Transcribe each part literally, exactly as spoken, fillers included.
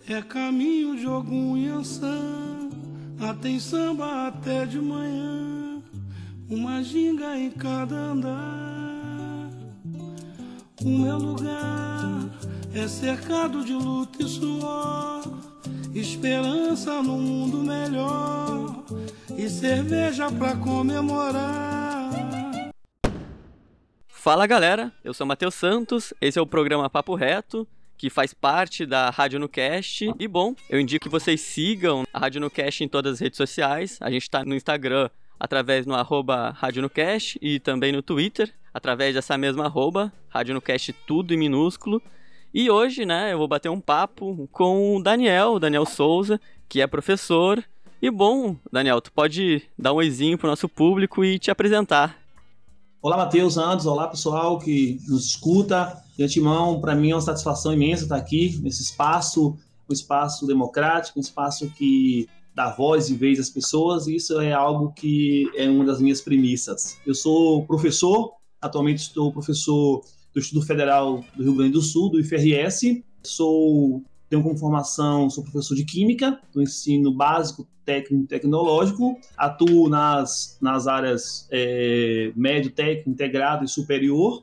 É caminho de algum Iansã, ah, tem samba até de manhã, uma ginga em cada andar. O meu lugar é cercado de luta e suor, esperança num mundo melhor e cerveja pra comemorar. Fala galera, eu sou Matheus Santos, esse é o programa Papo Reto, que faz parte da Rádio Nucast. E bom, eu indico que vocês sigam a Rádio Nucast em todas as redes sociais. A gente está no Instagram através no arroba Rádio Nucast e também no Twitter, através dessa mesma arroba, Rádio Nucast tudo em minúsculo. E hoje, né, eu vou bater um papo com o Daniel, o Daniel Souza, que é professor. E bom, Daniel, tu pode dar um oizinho pro nosso público e te apresentar. Olá, Matheus, Santos, olá pessoal que nos escuta. De antemão, para mim é uma satisfação imensa estar aqui nesse espaço, um espaço democrático, um espaço que dá voz e vez às pessoas, e isso é algo que é uma das minhas premissas. Eu sou professor, atualmente estou professor do Instituto Federal do Rio Grande do Sul, do I F R S. Sou, tenho como formação, sou professor de Química, do ensino básico, técnico e tecnológico, atuo nas, nas áreas é, médio, técnico, integrado e superior,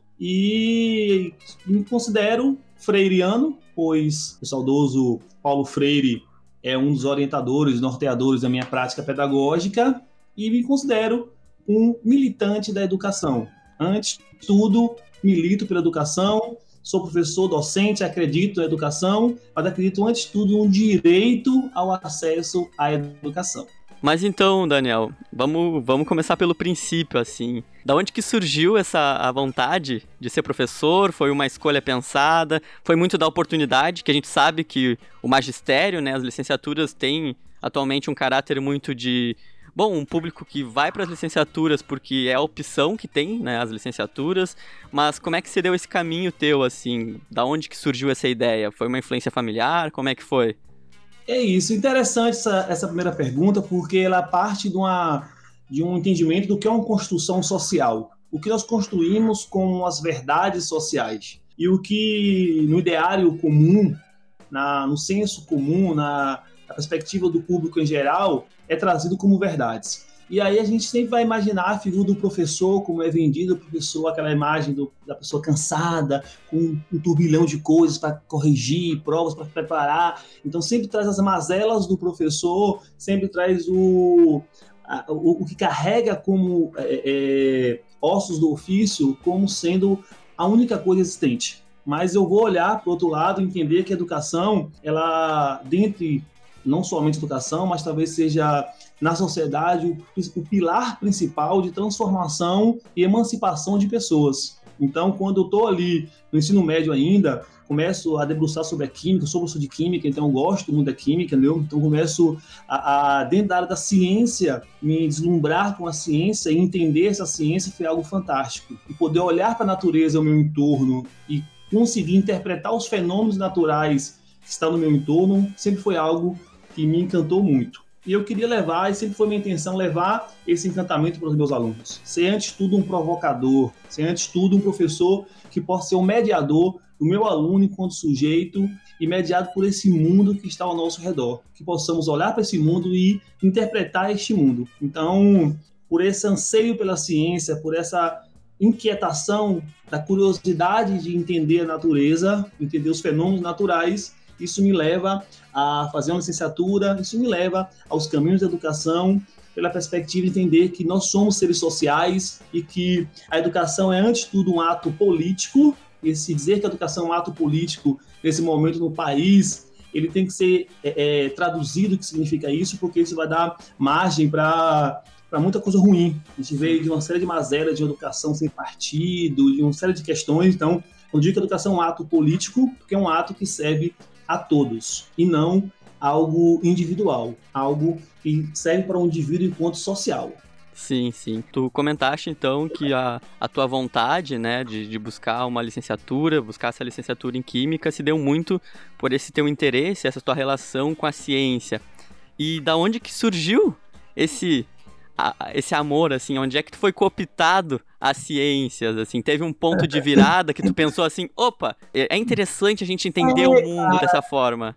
e me considero freiriano, pois o saudoso Paulo Freire é um dos orientadores, norteadores da minha prática pedagógica, e me considero um militante da educação. Antes de tudo, milito pela educação, sou professor, docente, acredito na educação, mas acredito, antes de tudo, no direito ao acesso à educação. Mas então, Daniel, vamos, vamos começar pelo princípio, assim. Da onde que surgiu essa a vontade de ser professor? Foi uma escolha pensada? Foi muito da oportunidade, que a gente sabe que o magistério, né, as licenciaturas têm atualmente um caráter muito de... Bom, um público que vai para as licenciaturas porque é a opção que tem, né, as licenciaturas, mas como é que se deu esse caminho teu, assim? Da onde que surgiu essa ideia? Foi uma influência familiar? Como é que foi? É isso, interessante essa, essa primeira pergunta, porque ela parte de, uma, de um entendimento do que é uma construção social. O que nós construímos com as verdades sociais. E o que no ideário comum, na, no senso comum, na, na perspectiva do público em geral, é trazido como verdades. E aí a gente sempre vai imaginar a figura do professor, como é vendido o professor, aquela imagem do, da pessoa cansada, com um turbilhão de coisas para corrigir, provas para preparar. Então sempre traz as mazelas do professor, sempre traz o, a, o, o que carrega como é, é, ossos do ofício como sendo a única coisa existente. Mas eu vou olhar para o outro lado e entender que a educação, ela, dentre não somente educação, mas talvez seja na sociedade o, o pilar principal de transformação e emancipação de pessoas. Então, quando eu estou ali no ensino médio ainda, começo a debruçar sobre a química, eu sou professor de química, então eu gosto muito da química, entendeu? Então começo a, a, dentro da área da ciência, me deslumbrar com a ciência e entender essa ciência foi algo fantástico. E poder olhar para a natureza, o meu entorno, e conseguir interpretar os fenômenos naturais que estão no meu entorno, sempre foi algo que me encantou muito. E eu queria levar, e sempre foi minha intenção, levar esse encantamento para os meus alunos. Ser, antes de tudo, um provocador, ser, antes de tudo, um professor que possa ser um mediador do meu aluno enquanto sujeito e mediado por esse mundo que está ao nosso redor. Que possamos olhar para esse mundo e interpretar este mundo. Então, por esse anseio pela ciência, por essa inquietação da curiosidade de entender a natureza, entender os fenômenos naturais, isso me leva a fazer uma licenciatura, isso me leva aos caminhos da educação, pela perspectiva de entender que nós somos seres sociais e que a educação é, antes de tudo, um ato político. E se dizer que a educação é um ato político nesse momento no país, ele tem que ser é, é, traduzido o que significa isso, porque isso vai dar margem para para muita coisa ruim. A gente veio de uma série de mazelas de educação sem partido, de uma série de questões. Então, eu digo que a educação é um ato político, porque é um ato que serve a todos, e não algo individual, algo que serve para um indivíduo enquanto social. Sim, sim. Tu comentaste, então, que a, a tua vontade, né, de, de buscar uma licenciatura, buscar essa licenciatura em Química, se deu muito por esse teu interesse, essa tua relação com a ciência. E da onde que surgiu esse, a, esse amor, assim? Onde é que tu foi cooptado às ciências, assim? Teve um ponto de virada que tu pensou assim, opa, é interessante a gente entender o mundo dessa forma.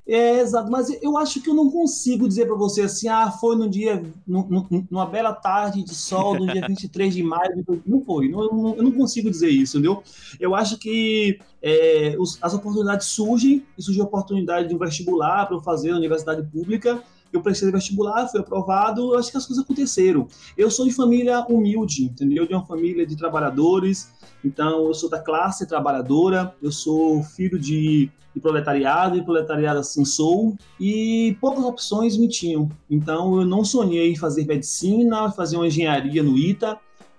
É, exato, mas eu acho que eu não consigo dizer para você assim, ah, foi no dia, no, no, numa bela tarde de sol, no dia vinte e três de maio, não foi, não, eu, não, eu não consigo dizer isso, entendeu? Eu acho que é, os, as oportunidades surgem, e surgiu a oportunidade de um vestibular para eu fazer na universidade pública, eu prestei vestibular, fui aprovado, eu acho que as coisas aconteceram. Eu sou de família humilde, entendeu? De uma família de trabalhadores, então eu sou da classe trabalhadora, eu sou filho de de proletariado, e proletariado assim sou, e poucas opções me tinham. Então eu não sonhei em fazer medicina, fazer uma engenharia no ITA,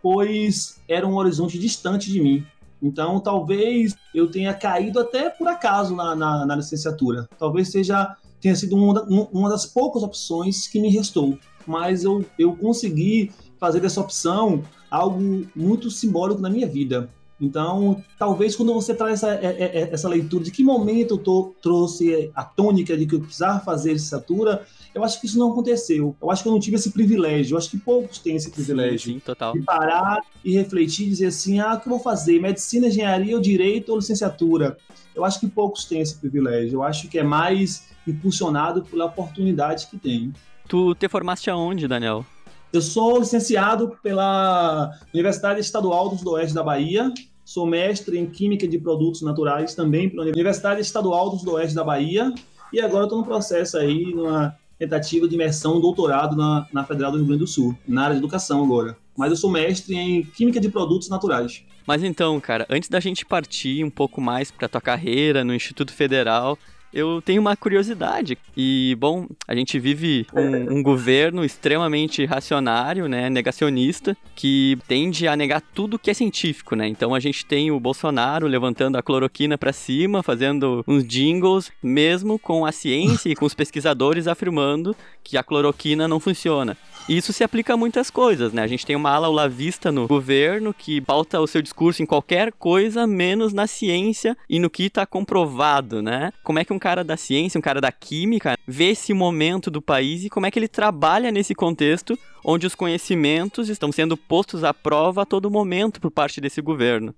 pois era um horizonte distante de mim. Então talvez eu tenha caído até por acaso na, na, na licenciatura. Talvez seja, tenha sido uma, uma das poucas opções que me restou. Mas eu, eu consegui fazer dessa opção algo muito simbólico na minha vida. Então, talvez quando você traz essa, essa leitura de que momento eu tô, trouxe a tônica de que eu precisava fazer licenciatura, eu acho que isso não aconteceu. Eu acho que eu não tive esse privilégio. Eu acho que poucos têm esse privilégio. Sim, sim, total. De parar e refletir e dizer assim, ah, o que eu vou fazer? Medicina, engenharia, ou direito ou licenciatura? Eu acho que poucos têm esse privilégio. Eu acho que é mais impulsionado pela oportunidade que tem. Tu te formaste aonde, Daniel? Eu sou licenciado pela Universidade Estadual do Sudoeste da Bahia, sou mestre em Química de Produtos Naturais também pela Universidade Estadual do Sudoeste da Bahia, e agora estou no processo aí, numa tentativa de imersão, doutorado na, na Federal do Rio Grande do Sul, na área de educação agora. Mas eu sou mestre em Química de Produtos Naturais. Mas então, cara, antes da gente partir um pouco mais para tua carreira no Instituto Federal, eu tenho uma curiosidade. E, bom, a gente vive um, um governo extremamente racionário, né, negacionista, que tende a negar tudo que é científico, né? Então a gente tem o Bolsonaro levantando a cloroquina pra cima, fazendo uns jingles, mesmo com a ciência e com os pesquisadores afirmando que a cloroquina não funciona. E isso se aplica a muitas coisas, né? A gente tem uma ala olavista no governo que pauta o seu discurso em qualquer coisa, menos na ciência e no que está comprovado, né? Como é que um cara da ciência, um cara da química, vê esse momento do país e como é que ele trabalha nesse contexto onde os conhecimentos estão sendo postos à prova a todo momento por parte desse governo?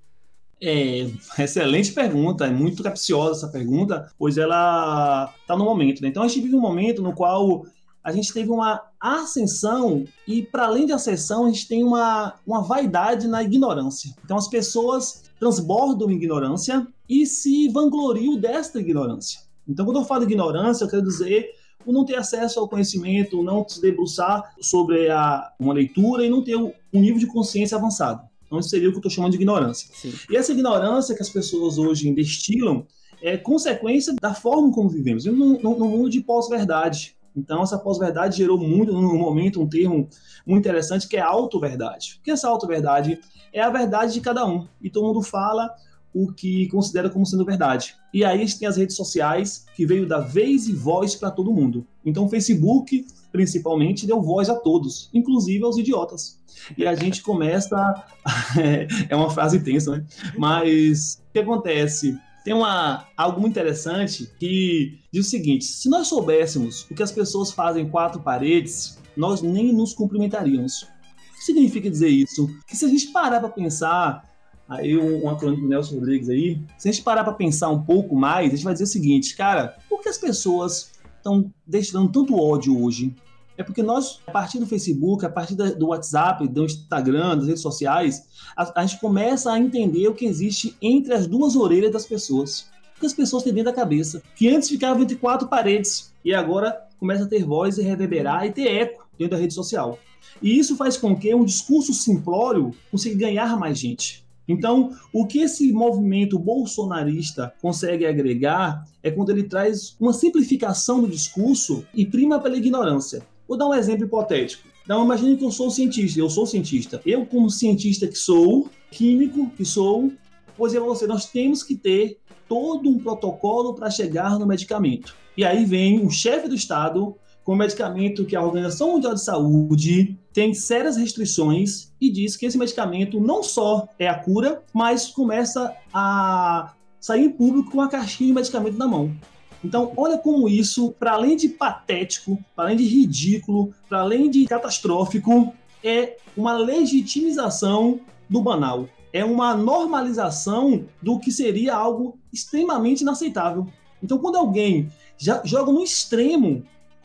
É, excelente pergunta, é muito capciosa essa pergunta, pois ela está no momento, né? Então a gente vive um momento no qual a gente teve uma ascensão e, para além de ascensão, a gente tem uma, uma vaidade na ignorância. Então as pessoas transbordam ignorância e se vangloriam desta ignorância. Então quando eu falo ignorância, eu quero dizer o não ter acesso ao conhecimento, o não se debruçar sobre a, uma leitura e não ter um nível de consciência avançado. Então isso seria o que eu estou chamando de ignorância. Sim. E essa ignorância que as pessoas hoje destilam é consequência da forma como vivemos. Vivemos num, num mundo de pós-verdade. Então, essa pós-verdade gerou muito, no momento, um termo muito interessante, que é auto-verdade. O que é essa auto-verdade? É a verdade de cada um. E todo mundo fala o que considera como sendo verdade. E aí a gente tem as redes sociais, que veio dar vez e voz para todo mundo. Então, o Facebook, principalmente, deu voz a todos, inclusive aos idiotas. E a gente começa... é uma frase tensa, né? Mas o que acontece? Tem uma, algo muito interessante que diz o seguinte: se nós soubéssemos o que as pessoas fazem em quatro paredes, nós nem nos cumprimentaríamos. O que significa dizer isso? Que se a gente parar para pensar, aí um acrônimo do Nelson Rodrigues aí, se a gente parar para pensar um pouco mais, a gente vai dizer o seguinte, cara, por que as pessoas estão destilando tanto ódio hoje? É porque nós, a partir do Facebook, a partir do WhatsApp, do Instagram, das redes sociais, a, a gente começa a entender o que existe entre as duas orelhas das pessoas. O que as pessoas têm dentro da cabeça. Que antes ficavam entre quatro paredes e agora começa a ter voz e reverberar e ter eco dentro da rede social. E isso faz com que um discurso simplório consiga ganhar mais gente. Então, o que esse movimento bolsonarista consegue agregar é quando ele traz uma simplificação do discurso e prima pela ignorância. Vou dar um exemplo hipotético. Então, imagine que eu sou cientista, eu sou cientista. Eu, como cientista que sou, químico que sou, vou dizer a você, nós temos que ter todo um protocolo para chegar no medicamento. E aí vem o chefe do Estado com um medicamento que a Organização Mundial de Saúde tem sérias restrições e diz que esse medicamento não só é a cura, mas começa a sair em público com a caixinha de medicamento na mão. Então, olha como isso, para além de patético, para além de ridículo, para além de catastrófico, é uma legitimização do banal. É uma normalização do que seria algo extremamente inaceitável. Então, quando alguém já joga no extremo,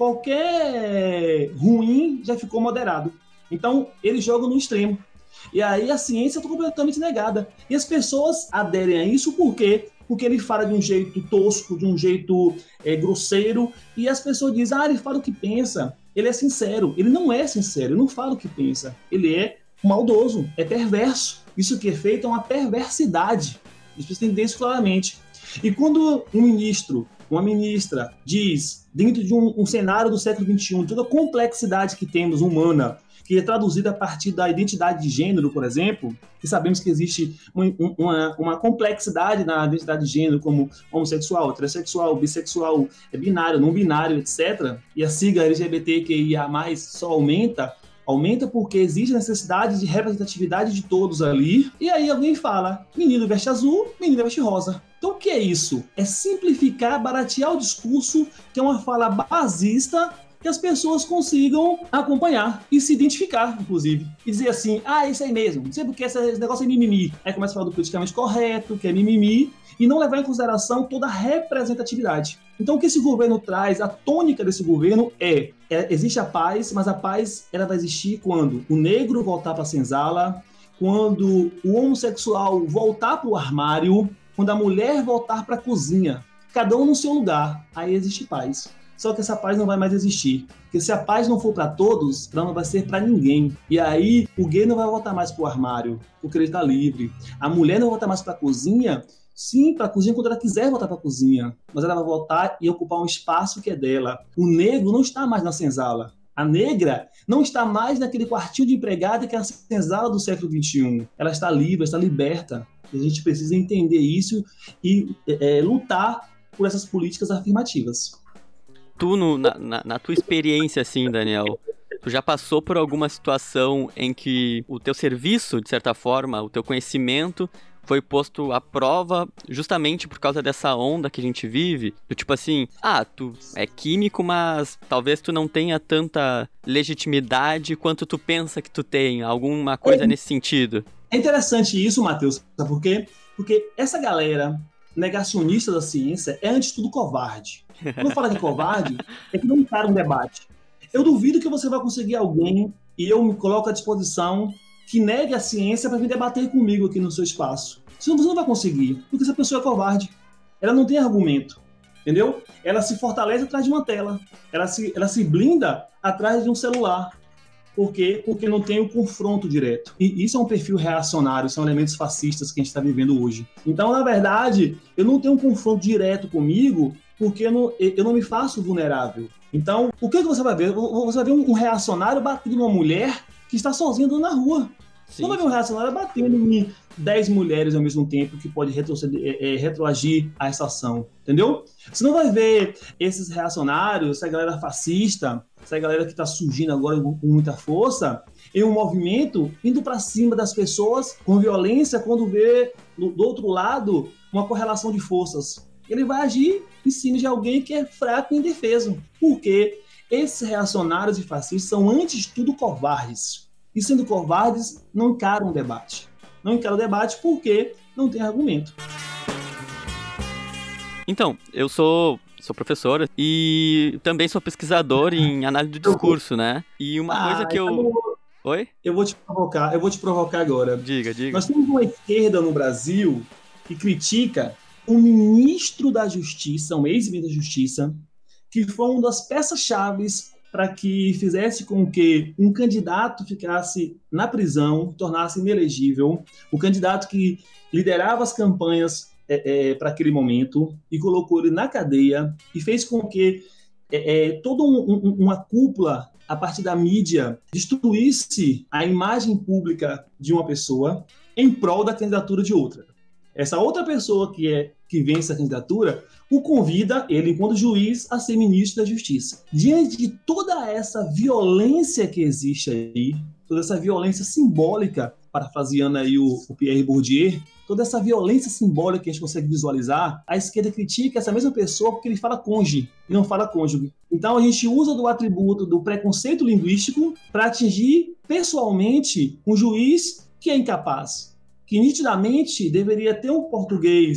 qualquer ruim já ficou moderado. Então, eles jogam no extremo. E aí a ciência está completamente negada. E as pessoas aderem a isso por quê? Porque ele fala de um jeito tosco, de um jeito é, grosseiro, e as pessoas dizem, ah, ele fala o que pensa, ele é sincero. Ele não é sincero, ele não fala o que pensa. Ele é maldoso, é perverso. Isso que é feito é uma perversidade. Isso precisa entender isso claramente. E quando um ministro, uma ministra diz, dentro de um, um cenário do século vinte e um, toda a complexidade que temos humana, que é traduzida a partir da identidade de gênero, por exemplo, que sabemos que existe um, uma, uma complexidade na identidade de gênero, como homossexual, heterossexual, bissexual, binário, não binário, etcétera. E a sigla L G B T Q I A mais, só aumenta, aumenta porque existe a necessidade de representatividade de todos ali. E aí alguém fala, menino veste azul, menina veste rosa. Então o que é isso? É simplificar, baratear o discurso, que é uma fala basista, que as pessoas consigam acompanhar e se identificar, inclusive. E dizer assim, ah, isso aí mesmo, não sei porque esse negócio é mimimi. Aí começa a falar do politicamente correto, que é mimimi, e não levar em consideração toda a representatividade. Então o que esse governo traz, a tônica desse governo é, é existe a paz, mas a paz ela vai existir quando o negro voltar para a senzala, quando o homossexual voltar para o armário, quando a mulher voltar para a cozinha, cada um no seu lugar, aí existe paz. Só que essa paz não vai mais existir. Porque se a paz não for para todos, ela não vai ser para ninguém. E aí, o gay não vai voltar mais para o armário, porque ele está livre. A mulher não vai voltar mais para a cozinha, sim, para a cozinha quando ela quiser voltar para a cozinha. Mas ela vai voltar e ocupar um espaço que é dela. O negro não está mais na senzala. A negra não está mais naquele quartinho de empregada que é a senzala do século vinte e um. Ela está livre, está liberta. E a gente precisa entender isso e é, lutar por essas políticas afirmativas. Tu, no, na, na, na tua experiência, assim, Daniel, tu já passou por alguma situação em que o teu serviço, de certa forma, o teu conhecimento foi posto à prova justamente por causa dessa onda que a gente vive? Do tipo assim, ah, tu é químico, mas talvez tu não tenha tanta legitimidade quanto tu pensa que tu tem. Alguma coisa é, nesse sentido? É interessante isso, Matheus, sabe por quê? Porque essa galera negacionista da ciência é, antes de tudo, covarde. Quando fala que é covarde, é que não encara um debate. Eu duvido que você vai conseguir alguém, e eu me coloco à disposição, que negue a ciência para vir debater comigo aqui no seu espaço. Senão você não vai conseguir, porque essa pessoa é covarde. Ela não tem argumento, entendeu? Ela se fortalece atrás de uma tela. Ela se, ela se blinda atrás de um celular. Por quê? Porque não tem o confronto direto. E isso é um perfil reacionário, são elementos fascistas que a gente está vivendo hoje. Então, na verdade, eu não tenho um confronto direto comigo porque eu não, eu não me faço vulnerável. Então, o que você vai ver? Você vai ver um reacionário batendo numa mulher que está sozinha andando na rua. Sim. Não vai ver um reacionário batendo em dez mulheres ao mesmo tempo que pode retroceder, é, retroagir a essa ação, entendeu? Você não vai ver esses reacionários, essa galera fascista, essa galera que está surgindo agora com muita força, em um movimento indo para cima das pessoas com violência quando vê do, do outro lado uma correlação de forças. Ele vai agir em cima de alguém que é fraco e indefeso. Por quê? Esses reacionários e fascistas são, antes de tudo, covardes. E sendo covardes, não encaram o debate. Não encaram o debate porque não tem argumento. Então, eu sou, sou professor e também sou pesquisador em análise do discurso, né? E uma ah, coisa que eu... eu... Oi? Eu vou te provocar, eu vou te provocar agora. Diga, diga. Nós temos uma esquerda no Brasil que critica o ministro da Justiça, um ex-ministro da Justiça, que foi uma das peças-chave para que fizesse com que um candidato ficasse na prisão, tornasse inelegível, o candidato que liderava as campanhas é, é, para aquele momento e colocou ele na cadeia e fez com que é, é, toda um, um, uma cúpula, a partir da mídia, destruísse a imagem pública de uma pessoa em prol da candidatura de outra. Essa outra pessoa que, é, que vence a candidatura o convida, ele enquanto juiz, a ser ministro da Justiça. Diante de toda essa violência que existe aí, toda essa violência simbólica, parafraseando aí o, o Pierre Bourdieu, toda essa violência simbólica que a gente consegue visualizar, a esquerda critica essa mesma pessoa porque ele fala cônjuge e não fala cônjuge. Então a gente usa do atributo do preconceito linguístico para atingir pessoalmente um juiz que é incapaz, que nitidamente deveria ter um português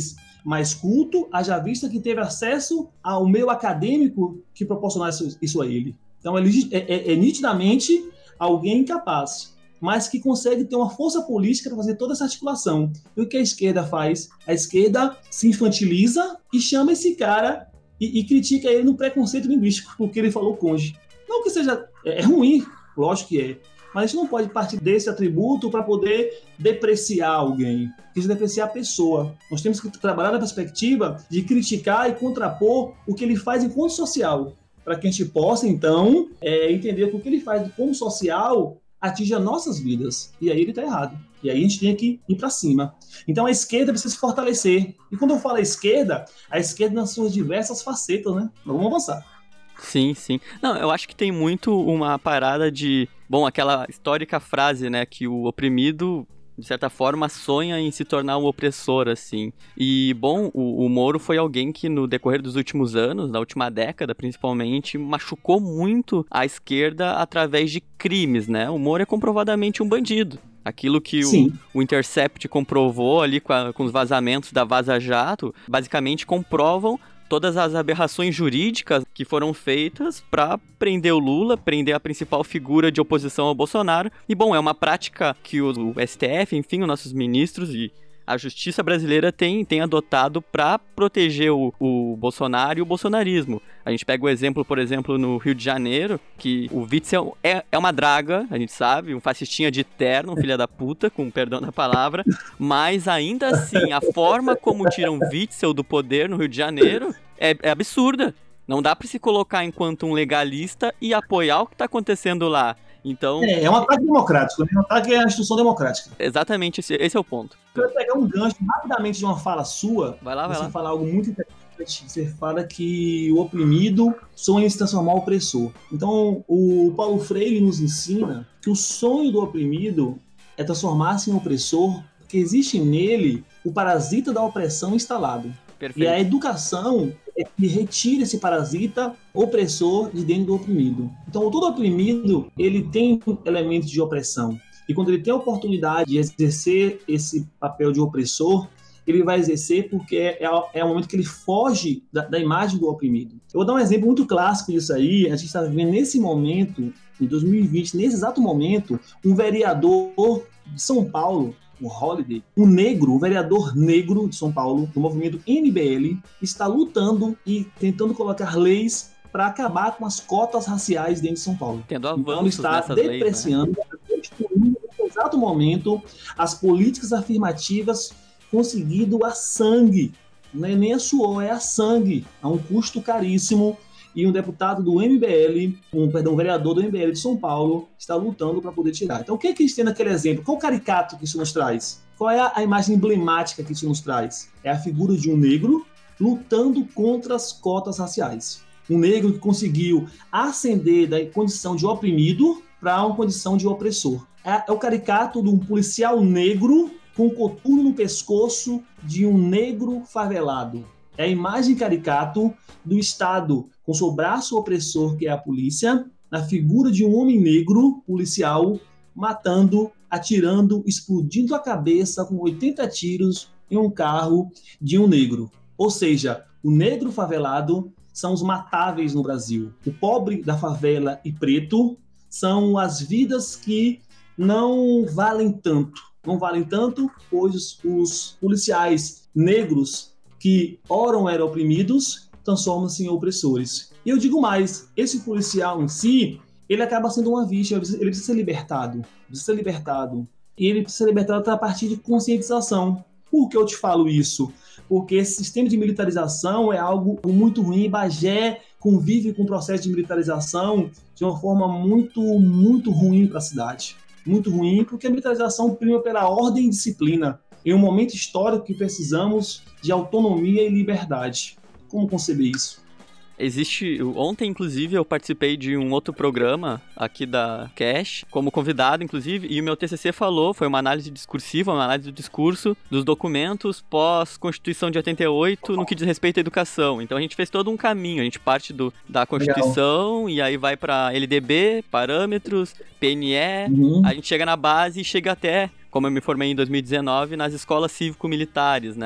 mais culto, haja vista que teve acesso ao meio acadêmico que proporcionasse isso a ele. Então, é, é, é nitidamente alguém incapaz, mas que consegue ter uma força política para fazer toda essa articulação. E o que a esquerda faz? A esquerda se infantiliza e chama esse cara e, e critica ele no preconceito linguístico, porque ele falou conge. Não que seja... É, é ruim, lógico que é, mas a gente não pode partir desse atributo para poder depreciar alguém, porque depreciar a pessoa. Nós temos que trabalhar na perspectiva de criticar e contrapor o que ele faz enquanto social, para que a gente possa, então, é, entender que o que ele faz como social atinge as nossas vidas. E aí ele está errado. E aí a gente tem que ir para cima. Então a esquerda precisa se fortalecer. E quando eu falo a esquerda, a esquerda nas suas diversas facetas, né? Vamos avançar. Sim, sim. Não, eu acho que tem muito uma parada de... Bom, aquela histórica frase, né, que o oprimido, de certa forma, sonha em se tornar um opressor, assim. E, bom, o, o Moro foi alguém que, no decorrer dos últimos anos, na última década, principalmente, machucou muito a esquerda através de crimes, né? O Moro é comprovadamente um bandido. Aquilo que o, o Intercept comprovou ali com, a, com os vazamentos da Vaza Jato, basicamente comprovam todas as aberrações jurídicas que foram feitas para prender o Lula, prender a principal figura de oposição ao Bolsonaro. E, bom, é uma prática que o, o S T F, enfim, os nossos ministros e a justiça brasileira tem, tem adotado para proteger o, o Bolsonaro e o bolsonarismo. A gente pega o exemplo, por exemplo, no Rio de Janeiro, que o Witzel é, é uma draga, a gente sabe, um fascistinha de terno, um filho da puta, com perdão da palavra, mas ainda assim, a forma como tiram Witzel do poder no Rio de Janeiro é, é absurda. Não dá para se colocar enquanto um legalista e apoiar o que está acontecendo lá. Então, é, é um ataque democrático, né? Um ataque à instituição democrática. Exatamente, esse, esse é o ponto. Eu vou pegar um gancho rapidamente de uma fala sua. Vai lá, vai você lá. Falar algo muito interessante. Você fala que o oprimido sonha em se transformar em opressor. Então, o Paulo Freire nos ensina que o sonho do oprimido é transformar-se em opressor, porque existe nele o parasita da opressão instalado. Perfeito. E a educação é que retira esse parasita opressor de dentro do oprimido. Então, todo oprimido, ele tem elementos de opressão. E quando ele tem a oportunidade de exercer esse papel de opressor, ele vai exercer porque é, é o momento que ele foge da, da imagem do oprimido. Eu vou dar um exemplo muito clássico disso aí. A gente está vivendo nesse momento, em dois mil e vinte, nesse exato momento, um vereador de São Paulo, o Holliday, um negro, um vereador negro de São Paulo, do movimento M B L, está lutando e tentando colocar leis para acabar com as cotas raciais dentro de São Paulo. Tendo então ele está depreciando, leis, né? destruindo nesse exato momento as políticas afirmativas conseguido a sangue, não é nem a suor, é a sangue, a um custo caríssimo. E um deputado do M B L, um, perdão, um vereador do M B L de São Paulo, está lutando para poder tirar. Então, o que é que a gente tem naquele exemplo? Qual o caricato que isso nos traz? Qual é a, a imagem emblemática que isso nos traz? É a figura de um negro lutando contra as cotas raciais. Um negro que conseguiu ascender da condição de oprimido para uma condição de opressor. É, é o caricato de um policial negro com coturno no pescoço de um negro favelado. É a imagem caricato do Estado com seu braço opressor, que é a polícia, na figura de um homem negro, policial, matando, atirando, explodindo a cabeça com oitenta tiros em um carro de um negro. Ou seja, o negro favelado são os matáveis no Brasil. O pobre da favela e preto são as vidas que não valem tanto. Não valem tanto, pois os, os policiais negros que oram eram oprimidos, transformam-se em opressores. E eu digo mais, esse policial em si, ele acaba sendo uma vítima, ele precisa ser libertado, precisa ser libertado. E ele precisa ser libertado a partir de conscientização. Por que eu te falo isso? Porque esse sistema de militarização é algo muito ruim. Bagé convive com o processo de militarização de uma forma muito, muito ruim para a cidade. Muito ruim, porque a militarização prima pela ordem e disciplina. Em um momento histórico que precisamos de autonomia e liberdade. Como conceber isso? Existe... Ontem, inclusive, eu participei de um outro programa aqui da Cash, como convidado, inclusive, e o meu T C C falou, foi uma análise discursiva, uma análise do discurso dos documentos pós-Constituição de oitenta e oito no que diz respeito à educação. Então a gente fez todo um caminho, a gente parte do, da Constituição Legal. E aí vai para L D B, parâmetros, P N E, uhum. A gente chega na base e chega até, como eu me formei em dois mil e dezenove, nas escolas cívico-militares, né?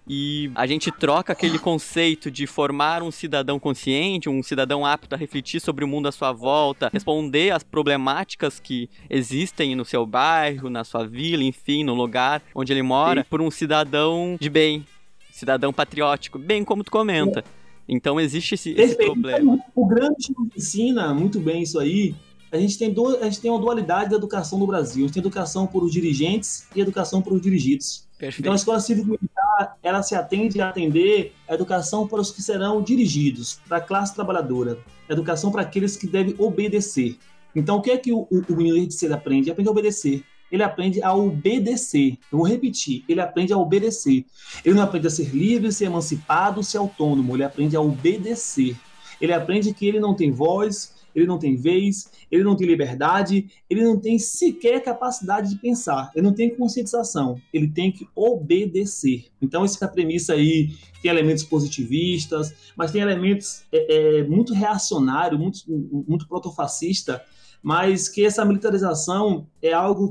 e a gente troca aquele conceito de formar um cidadão consciente, um cidadão apto a refletir sobre o mundo à sua volta, responder às problemáticas que existem no seu bairro, na sua vila, enfim, no lugar onde ele mora, Sim. por um cidadão de bem, cidadão patriótico, bem como tu comenta. Então existe esse, esse problema. O Gramsci ensina muito bem isso aí. A gente, tem do, a gente tem uma dualidade da educação no Brasil. A gente tem educação por os dirigentes e educação por os dirigidos. Perfeito. Então a escola cívico-militar, ela se atende a atender a educação para os que serão dirigidos, para a classe trabalhadora, a educação para aqueles que devem obedecer. Então o que é que o, o, o menino de cedo aprende? Ele aprende a obedecer. Ele aprende a obedecer. Eu vou repetir, ele aprende a obedecer. Ele não aprende a ser livre, ser emancipado, ser autônomo. Ele aprende a obedecer. Ele aprende que ele não tem voz, ele não tem vez, ele não tem liberdade, ele não tem sequer capacidade de pensar, ele não tem conscientização, ele tem que obedecer. Então, essa premissa aí tem elementos positivistas, mas tem elementos é, é, muito reacionários, muito, muito protofascista, mas que essa militarização é algo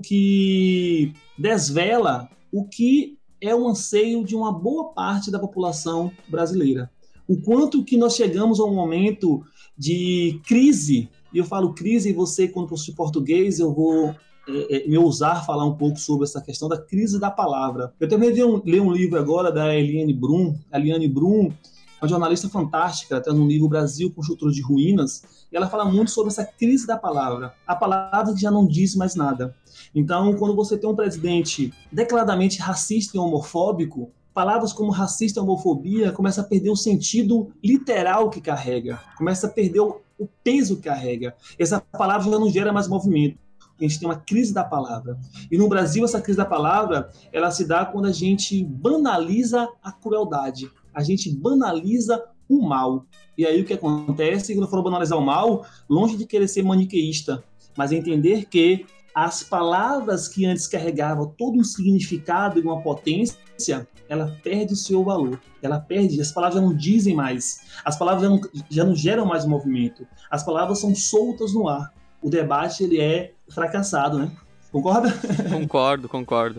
que desvela o que é o anseio de uma boa parte da população brasileira. O quanto que nós chegamos a um momento de crise, e eu falo crise, e você, quando professor de português, eu vou é, é, me ousar falar um pouco sobre essa questão da crise da palavra. Eu também li um, li um livro agora da Eliane Brum. A Eliane Brum é uma jornalista fantástica, ela tem um livro Brasil, Construtora de Ruínas, e ela fala muito sobre essa crise da palavra. A palavra que já não diz mais nada. Então, quando você tem um presidente declaradamente racista e homofóbico, palavras como racista e homofobia começam a perder o sentido literal que carrega, começa a perder o, o peso que carrega. Essa palavra já não gera mais movimento. A gente tem uma crise da palavra. E no Brasil, essa crise da palavra, ela se dá quando a gente banaliza a crueldade, a gente banaliza o mal. E aí o que acontece, quando eu falo banalizar o mal, longe de querer ser maniqueísta, mas entender que as palavras que antes carregavam todo um significado e uma potência, ela perde o seu valor, ela perde, as palavras já não dizem mais, as palavras já não, já não geram mais movimento, as palavras são soltas no ar, o debate ele é fracassado, né? Concorda? Concordo, concordo.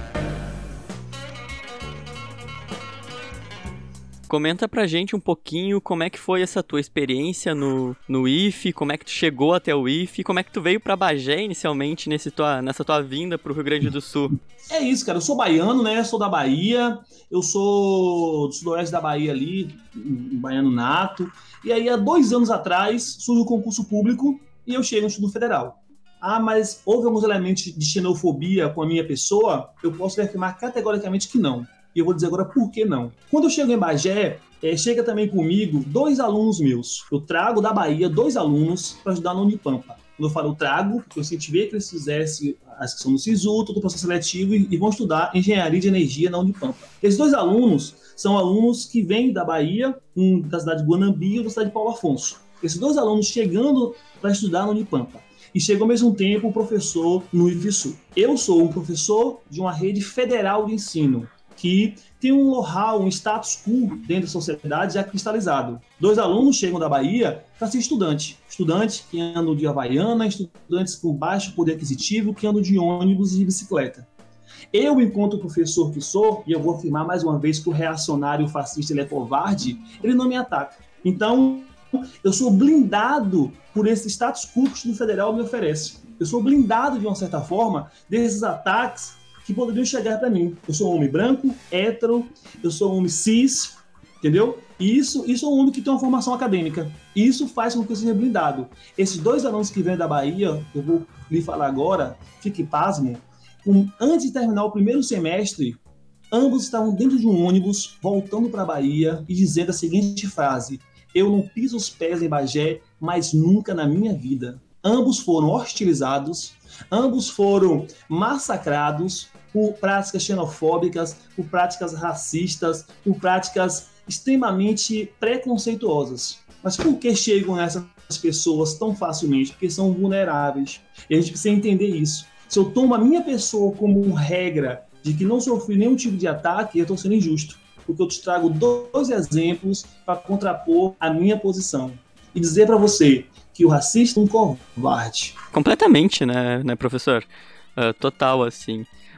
Comenta pra gente um pouquinho como é que foi essa tua experiência no, no I F, como é que tu chegou até o I F, como é que tu veio pra Bagé inicialmente nesse tua, nessa tua vinda pro Rio Grande do Sul. É isso, cara, eu sou baiano, né, sou da Bahia, eu sou do sudoeste da Bahia ali, um baiano nato, e aí há dois anos atrás surge o concurso público e eu chego no Instituto Federal. Ah, mas houve alguns elementos de xenofobia com a minha pessoa? Eu posso afirmar categoricamente que não. E eu vou dizer agora por que não. Quando eu chego em Bagé, é, chega também comigo dois alunos meus. Eu trago da Bahia dois alunos para ajudar no Unipampa. Quando eu falo eu trago, porque eu incentivei que eles fizessem a inscrição no SISU, todo o processo seletivo e, e vão estudar engenharia de energia na Unipampa. Esses dois alunos são alunos que vêm da Bahia, um da cidade de Guanambi e da cidade de Paulo Afonso. Esses dois alunos chegando para estudar no Unipampa. E chega ao mesmo tempo o professor no I F S U. Eu sou um professor de uma rede federal de ensino, que tem um know-how, um status quo dentro da sociedade já cristalizado. Dois alunos chegam da Bahia para ser estudante. Estudantes que andam de Havaiana, estudantes com baixo poder aquisitivo, que andam de ônibus e de bicicleta. Eu, enquanto professor que sou, e eu vou afirmar mais uma vez que o reacionário fascista ele é covarde, ele não me ataca. Então, eu sou blindado por esse status quo que o Instituto Federal me oferece. Eu sou blindado, de uma certa forma, desses ataques que poderiam chegar para mim. Eu sou um homem branco, hétero, eu sou um homem cis, entendeu? E isso, isso é um homem que tem uma formação acadêmica. E isso faz com que eu seja blindado. Esses dois alunos que vêm da Bahia, eu vou lhe falar agora, fique pasmo, um, antes de terminar o primeiro semestre, ambos estavam dentro de um ônibus, voltando para a Bahia e dizendo a seguinte frase: eu não piso os pés em Bagé, mas nunca na minha vida. Ambos foram hostilizados, ambos foram massacrados por práticas xenofóbicas, por práticas racistas, por práticas extremamente preconceituosas. Mas por que chegam essas pessoas tão facilmente? Porque são vulneráveis. E a gente precisa entender isso. Se eu tomo a minha pessoa como regra de que não sofri nenhum tipo de ataque, eu estou sendo injusto. Porque eu te trago dois exemplos para contrapor a minha posição. E dizer para você que o racista é um covarde. Completamente, né, né professor? Uh, total, assim.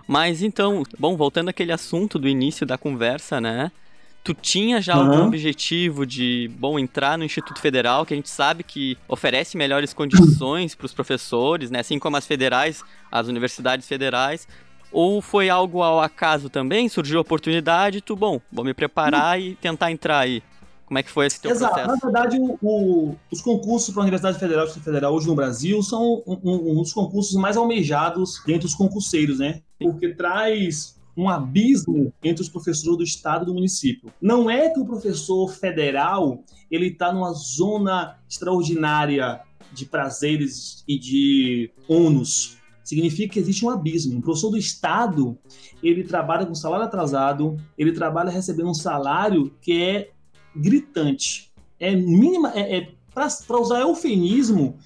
Mas então, bom, voltando àquele assunto do início da conversa, né? Tu tinha já Uhum. algum objetivo de, bom, entrar no Instituto Federal, que a gente sabe que oferece melhores condições para os professores, né? Assim como as federais, as universidades federais. Ou foi algo ao acaso também? Surgiu a oportunidade, tu, bom, vou me preparar e tentar entrar aí. Como é que foi esse teu Exato. processo? Na verdade, o, o, os concursos para a Universidade Federal e Instituto Federal hoje no Brasil são um, um, um dos concursos mais almejados entre os concurseiros, né? Porque traz um abismo entre os professores do estado e do município. Não é que o professor federal ele está numa zona extraordinária de prazeres e de ônus. Significa que existe um abismo. O professor do estado, ele trabalha com salário atrasado, ele trabalha recebendo um salário que é gritante. É mínima, é, é para usar eufemismo,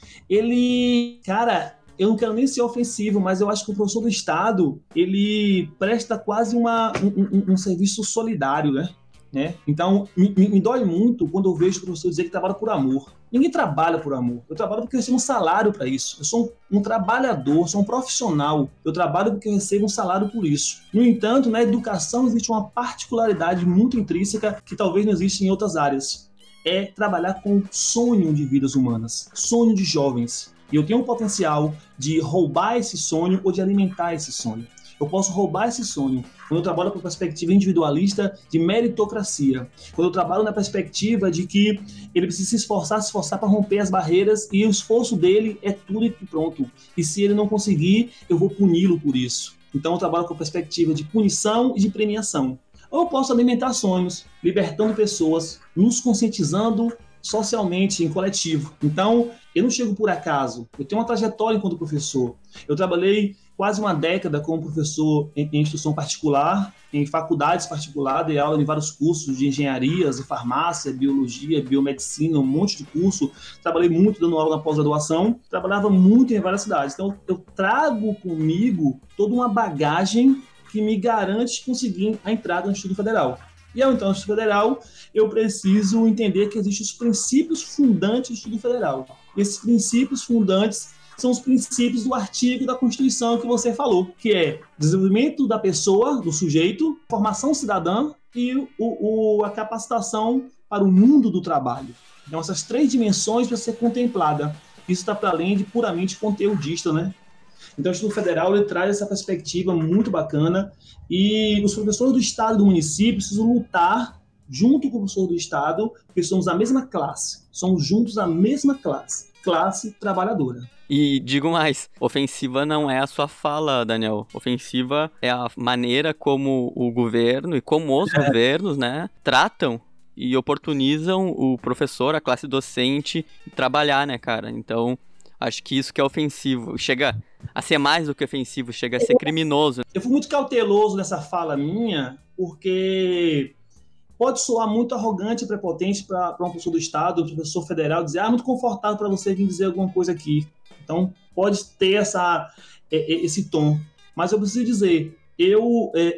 ele, cara, eu não quero nem ser ofensivo, mas eu acho que o professor do estado, ele presta quase uma, um, um, um serviço solidário, né? né? Então, me, me dói muito quando eu vejo o professor dizer que trabalha por amor. Ninguém trabalha por amor. Eu trabalho porque eu recebo um salário para isso. Eu sou um, um trabalhador, sou um profissional. Eu trabalho porque eu recebo um salário por isso. No entanto, na educação existe uma particularidade muito intrínseca que talvez não exista em outras áreas. É trabalhar com sonho de vidas humanas, sonho de jovens. E eu tenho um potencial de roubar esse sonho ou de alimentar esse sonho. Eu posso roubar esse sonho quando eu trabalho com a perspectiva individualista de meritocracia. Quando eu trabalho na perspectiva de que ele precisa se esforçar, se esforçar para romper as barreiras e o esforço dele é tudo e pronto. E se ele não conseguir, eu vou puni-lo por isso. Então eu trabalho com a perspectiva de punição e de premiação. Ou eu posso alimentar sonhos, libertando pessoas, nos conscientizando socialmente, em coletivo. Então, eu não chego por acaso. Eu tenho uma trajetória enquanto professor. Eu trabalhei quase uma década como professor em, em instituição particular, em faculdades particulares, dei aula em vários cursos de engenharias, de farmácia, biologia, biomedicina, um monte de curso. Trabalhei muito dando aula na pós-graduação, trabalhava muito em várias cidades. Então, eu trago comigo toda uma bagagem que me garante conseguir a entrada no Instituto Federal. E ao entrar no Instituto Federal, eu preciso entender que existem os princípios fundantes do Instituto Federal. E esses princípios fundantes são os princípios do artigo da Constituição que você falou, que é desenvolvimento da pessoa, do sujeito, formação cidadã e o, o, a capacitação para o mundo do trabalho. Então, essas três dimensões precisam ser contempladas. Isso está para além de puramente conteudista, né? Então, o Instituto Federal ele traz essa perspectiva muito bacana e os professores do Estado e do município precisam lutar junto com o professor do Estado, porque somos a mesma classe, somos juntos a mesma classe, classe trabalhadora. E digo mais, ofensiva não é a sua fala, Daniel. Ofensiva é a maneira como o governo e como os é. governos, né, tratam e oportunizam o professor, a classe docente, trabalhar, né, cara? Então, acho que isso que é ofensivo. Chega a ser mais do que ofensivo, chega a ser criminoso. Eu fui muito cauteloso nessa fala minha, porque pode soar muito arrogante e prepotente para um professor do Estado, um professor federal, dizer, ah, é muito confortável para você vir dizer alguma coisa aqui. Então, pode ter essa, esse tom. Mas eu preciso dizer, eu, é,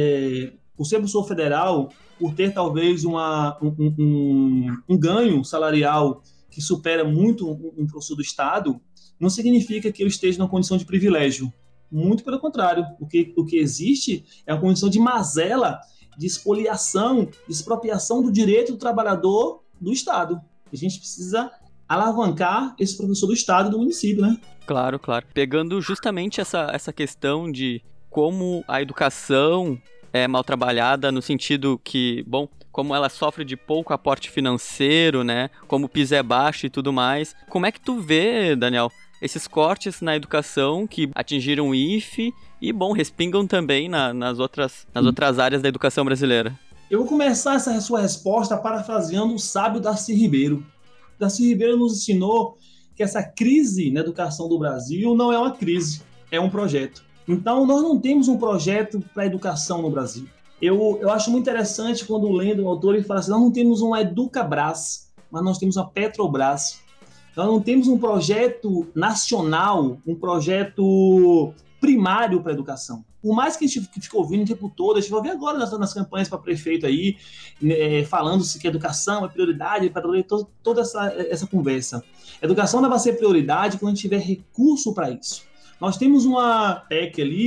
é, por ser professor federal, por ter talvez uma, um, um, um ganho salarial que supera muito um professor do Estado, não significa que eu esteja numa condição de privilégio. Muito pelo contrário. O que, o que existe é uma condição de mazela, de expoliação, de expropriação do direito do trabalhador do Estado. A gente precisa alavancar esse professor do Estado e do município, né? Claro, claro. Pegando justamente essa, essa questão de como a educação é mal trabalhada, no sentido que, bom, como ela sofre de pouco aporte financeiro, né? Como o piso é baixo e tudo mais. Como é que tu vê, Daniel, esses cortes na educação que atingiram o I F E e, bom, respingam também na, nas, outras, nas outras áreas da educação brasileira? Eu vou começar essa sua resposta parafraseando o sábio Darcy Ribeiro. Darcy Ribeiro nos ensinou que essa crise na educação do Brasil não é uma crise, é um projeto. Então, nós não temos um projeto para a educação no Brasil. Eu, eu acho muito interessante quando lendo o autor ele fala assim, nós não temos uma Educabras, mas nós temos uma Petrobras. Nós não temos um projeto nacional, um projeto primário para a educação. Por mais que a gente fique ouvindo o tempo todo, a gente vai ver agora nas, nas campanhas para prefeito aí, é, falando-se que a educação é prioridade, para toda, toda essa, essa conversa. A educação não vai ser prioridade quando a gente tiver recurso para isso. Nós temos uma P E C ali,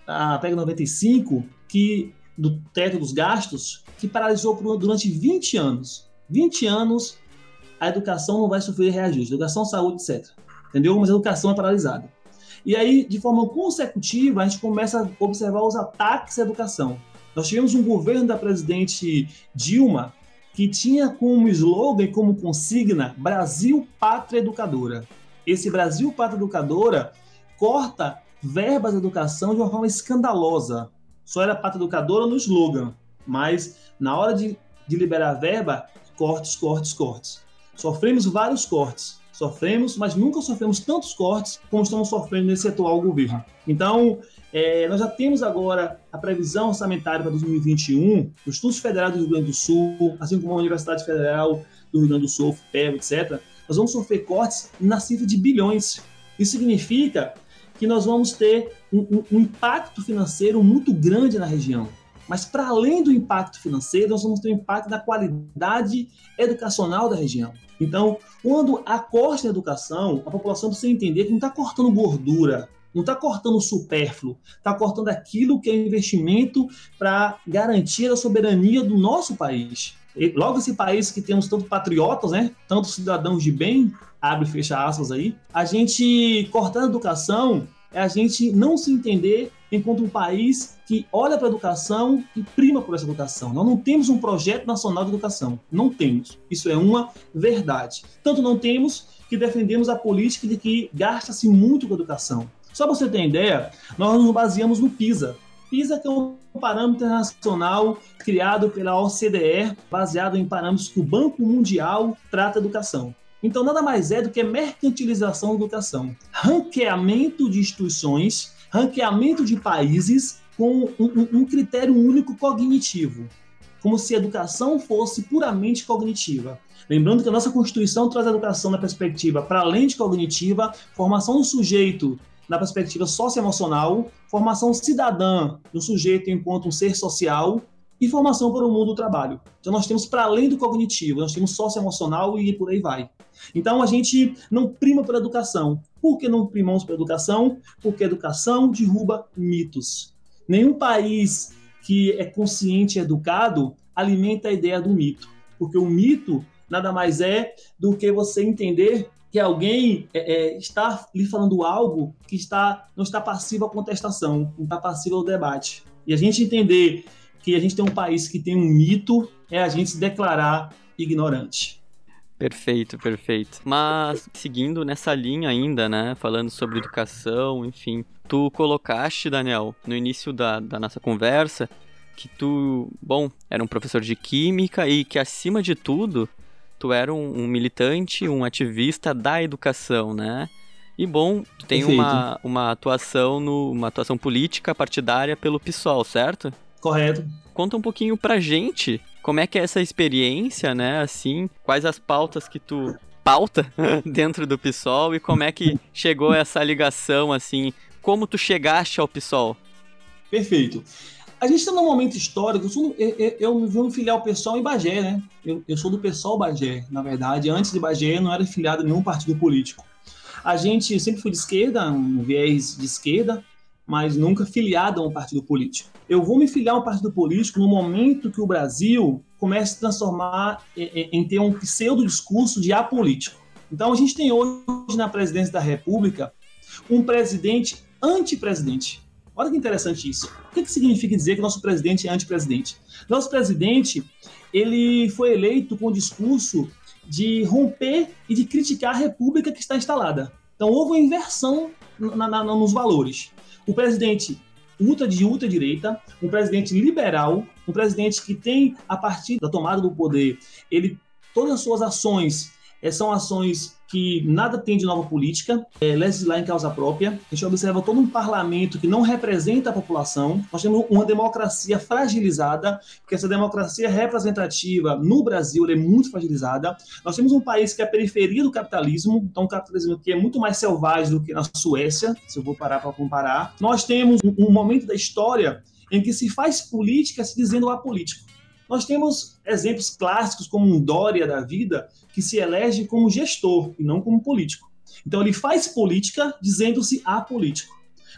a P E C noventa e cinco, que, do teto dos gastos, que paralisou por, durante vinte anos. vinte anos a educação não vai sofrer reajuste, educação, saúde, etcétera. Entendeu? Mas a educação é paralisada. E aí, de forma consecutiva, a gente começa a observar os ataques à educação. Nós tivemos um governo da presidente Dilma que tinha como slogan e como consigna Brasil, Pátria Educadora. Esse Brasil, Pátria Educadora corta verbas da educação de uma forma escandalosa. Só era Pátria Educadora no slogan, mas na hora de, de liberar a verba, cortes, cortes, cortes. Sofremos vários cortes. Sofremos, mas nunca sofremos tantos cortes como estamos sofrendo nesse atual governo. Então, é, nós já temos agora a previsão orçamentária para dois mil e vinte e um, do Instituto Federal do Rio Grande do Sul, assim como a Universidade Federal do Rio Grande do Sul, F P E V, etcétera. Nós vamos sofrer cortes na cifra de bilhões. Isso significa que nós vamos ter um, um, um impacto financeiro muito grande na região. Mas, para além do impacto financeiro, nós vamos ter um impacto na qualidade educacional da região. Então, quando há corte na educação, a população precisa entender que não está cortando gordura, não está cortando supérfluo, está cortando aquilo que é investimento para garantir a soberania do nosso país. E logo esse país que temos tantos patriotas, né, tantos cidadãos de bem, abre e fecha aspas aí, a gente cortar a educação é a gente não se entender enquanto um país que olha para a educação e prima por essa educação. Nós não temos um projeto nacional de educação. Não temos. Isso é uma verdade. Tanto não temos que defendemos a política de que gasta-se muito com a educação. Só para você ter ideia, nós nos baseamos no PISA. PISA que é um parâmetro internacional criado pela O C D E, baseado em parâmetros que o Banco Mundial trata a educação. Então, nada mais é do que mercantilização da educação. Ranqueamento de instituições, ranqueamento de países com um, um, um critério único cognitivo. Como se a educação fosse puramente cognitiva. Lembrando que a nossa Constituição traz a educação na perspectiva, para além de cognitiva, formação do sujeito na perspectiva socioemocional, formação cidadã do sujeito enquanto um ser social, e formação para o mundo do trabalho. Então nós temos para além do cognitivo, nós temos socioemocional e por aí vai. Então a gente não prima pela educação. Por que não primamos pela educação? Porque a educação derruba mitos. Nenhum país que é consciente e educado alimenta a ideia do mito. Porque o mito nada mais é do que você entender que alguém é, é, está lhe falando algo que está, não está passivo à contestação, não está passivo ao debate. E a gente entender que a gente tem um país que tem um mito, é a gente se declarar ignorante. Perfeito, perfeito. Mas, seguindo nessa linha ainda, né, falando sobre educação, enfim, tu colocaste, Daniel, no início da, da nossa conversa, que tu, bom, era um professor de química e que, acima de tudo, tu era um, um militante, um ativista da educação, né? E, bom, tu tem uma, uma atuação no, uma atuação política partidária pelo PSOL, certo? Correto. Conta um pouquinho pra gente como é que é essa experiência, né, assim, quais as pautas que tu pauta dentro do PSOL e como é que chegou essa ligação, assim, como tu chegaste ao PSOL? Perfeito. A gente está num momento histórico, eu, sou, eu, eu, eu me vi um filiar ao PSOL em Bagé, né? Eu, eu sou do PSOL Bagé, na verdade, antes de Bagé eu não era filiado a nenhum partido político. A gente sempre foi de esquerda, um viés de esquerda, mas nunca filiado a um partido político. Eu vou me filiar a um partido político no momento que o Brasil começa a se transformar em, em ter um pseudo-discurso de apolítico. Então, a gente tem hoje na presidência da República um presidente antipresidente. Olha que interessante isso. O que, que significa dizer que nosso presidente é antipresidente? Nosso presidente, ele foi eleito com o discurso de romper e de criticar a República que está instalada. Então, houve uma inversão na, na, nos valores. O presidente ultra de ultradireita, um presidente liberal, um presidente que tem, a partir da tomada do poder, ele, todas as suas ações é, são ações que nada tem de nova política, é, legislar em causa própria. A gente observa todo um parlamento que não representa a população. Nós temos uma democracia fragilizada, porque essa democracia representativa no Brasil é muito fragilizada. Nós temos um país que é a periferia do capitalismo, então um capitalismo que é muito mais selvagem do que na Suécia, se eu vou parar para comparar. Nós temos um, um momento da história em que se faz política se dizendo apolítico. Nós temos exemplos clássicos como um Dória da vida, que se elege como gestor e não como político. Então ele faz política dizendo-se apolítico.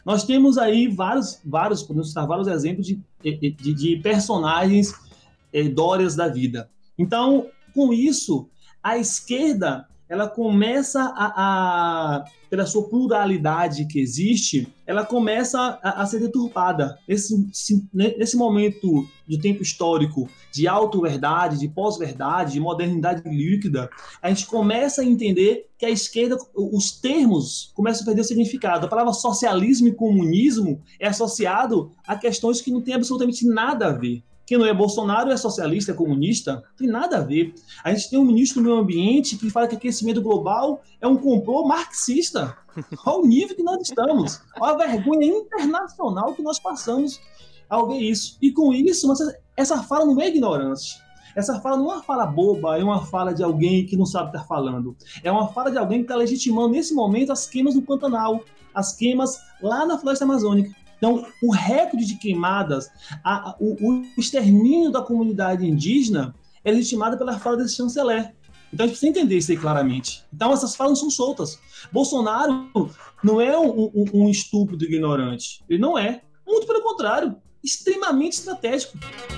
Nós temos aí vários, vários podemos citar vários exemplos de, de, de personagens é, dórias da vida. Então, com isso, a esquerda ela começa a, a, pela sua pluralidade que existe, ela começa a, a ser deturpada. Esse, nesse momento de tempo histórico de auto-verdade, de pós-verdade, de modernidade líquida, a gente começa a entender que a esquerda, os termos começam a perder o significado. A palavra socialismo e comunismo é associado a questões que não têm absolutamente nada a ver. Quem não é Bolsonaro é socialista, é comunista, não tem nada a ver. A gente tem um ministro do meio ambiente que fala que aquecimento global é um complô marxista. Olha o nível que nós estamos. Olha a vergonha internacional que nós passamos ao ver isso. E com isso, essa fala não é ignorante. Essa fala não é uma fala boba, é uma fala de alguém que não sabe o que está falando. É uma fala de alguém que está legitimando, nesse momento, as queimas no Pantanal, as queimas lá na floresta amazônica. Então, o recorde de queimadas, a, a, o, o extermínio da comunidade indígena é legitimado pela fala desse chanceler. Então, a gente precisa entender isso aí claramente. Então, essas falas não são soltas. Bolsonaro não é um, um, um estúpido ignorante. Ele não é. Muito pelo contrário. Extremamente estratégico.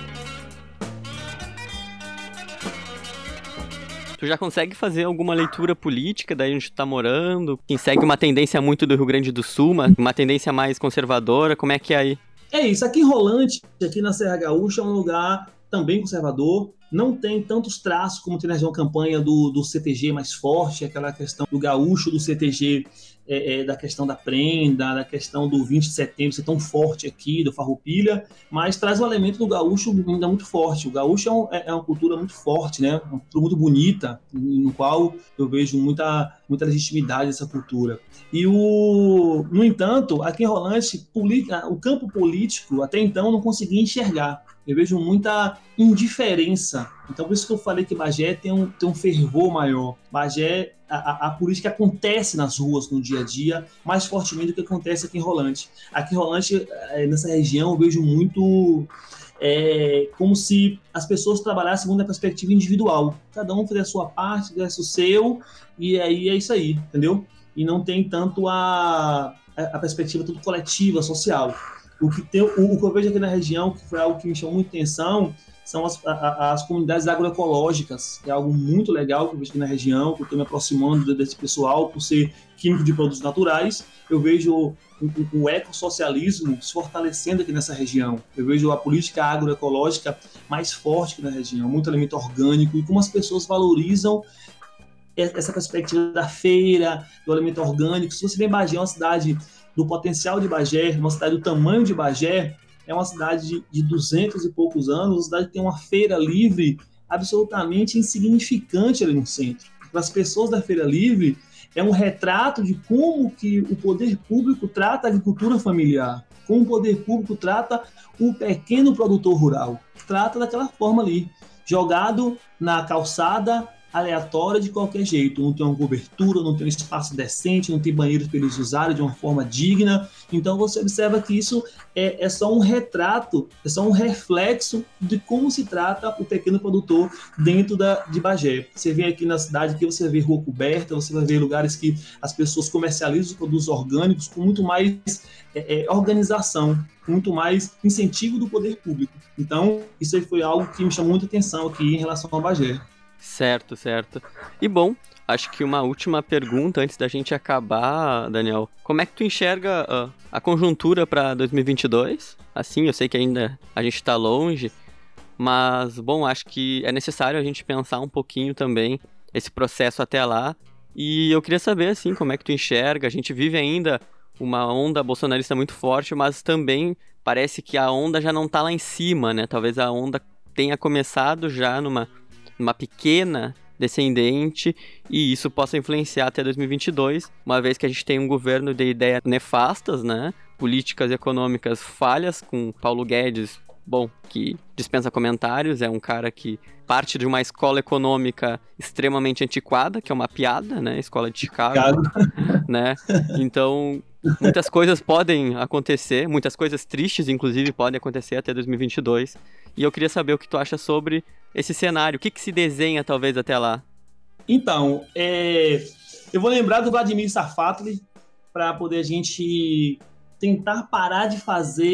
Tu já consegue fazer alguma leitura política daí onde tu tá morando? Quem segue uma tendência muito do Rio Grande do Sul, uma, uma tendência mais conservadora, como é que é aí? É isso, aqui em Rolante, aqui na Serra Gaúcha, é um lugar também conservador, não tem tantos traços como tem na região campanha do, do C T G mais forte, aquela questão do gaúcho do C T G, é, é, da questão da prenda, da questão do vinte de setembro ser tão forte aqui, do Farroupilha, mas traz o elemento do gaúcho ainda muito forte. O gaúcho é, um, é uma cultura muito forte, né? Uma cultura muito bonita, no qual eu vejo muita, muita legitimidade dessa cultura. E, o, no entanto, aqui em Rolante, o campo político, até então, não conseguia enxergar. Eu vejo muita indiferença. Então, por isso que eu falei que Bagé tem um, tem um fervor maior. Bagé, a, a, a política acontece nas ruas, no dia a dia, mais fortemente do que acontece aqui em Rolante. Aqui em Rolante, nessa região, eu vejo muito é, como se as pessoas trabalhassem muito na perspectiva individual. Cada um faz a sua parte, faz o seu, e aí é isso aí, entendeu? E não tem tanto a, a perspectiva tudo coletiva, social. O que, tem, o, o que eu vejo aqui na região, que foi algo que me chamou muita atenção, são as, a, as comunidades agroecológicas, que é algo muito legal que eu vejo aqui na região, que eu estou me aproximando desse pessoal, por ser químico de produtos naturais. Eu vejo o, o, o ecossocialismo se fortalecendo aqui nessa região. Eu vejo a política agroecológica mais forte aqui na região, muito alimento orgânico, e como as pessoas valorizam essa perspectiva da feira, do alimento orgânico. Se você vem em Bagé, é uma cidade do potencial de Bagé, uma cidade do tamanho de Bagé, é uma cidade de, de duzentos e poucos anos, uma cidade que tem uma feira livre absolutamente insignificante ali no centro. Para as pessoas da feira livre, é um retrato de como que o poder público trata a agricultura familiar, como o poder público trata o pequeno produtor rural. Trata daquela forma ali, jogado na calçada, aleatória de qualquer jeito, não tem uma cobertura, não tem um espaço decente, não tem banheiros para eles usarem de uma forma digna. Então você observa que isso é, é só um retrato, é só um reflexo de como se trata o pequeno produtor dentro da, de Bagé. Você vem aqui na cidade que você vê rua coberta, você vai ver lugares que as pessoas comercializam os produtos orgânicos com muito mais é, é, organização, com muito mais incentivo do poder público. Então isso aí foi algo que me chamou muita atenção aqui em relação ao Bagé. Certo, certo. E bom, acho que uma última pergunta antes da gente acabar, Daniel. Como é que tu enxerga uh, a conjuntura para dois mil e vinte e dois? Assim, eu sei que ainda a gente está longe, mas, bom, acho que é necessário a gente pensar um pouquinho também esse processo até lá. E eu queria saber, assim, como é que tu enxerga. A gente vive ainda uma onda bolsonarista muito forte, mas também parece que a onda já não está lá em cima, né? Talvez a onda tenha começado já numa... uma pequena descendente, e isso possa influenciar até dois mil e vinte e dois, uma vez que a gente tem um governo de ideias nefastas, né? Políticas econômicas falhas, com Paulo Guedes, bom, que dispensa comentários, é um cara que parte de uma escola econômica extremamente antiquada, que é uma piada, né? Escola de Chicago, né? Então, muitas coisas podem acontecer, muitas coisas tristes, inclusive, podem acontecer até dois mil e vinte e dois, e eu queria saber o que tu acha sobre esse cenário, o que, que se desenha talvez até lá? Então, é... eu vou lembrar do Vladimir Safatli para poder a gente tentar parar de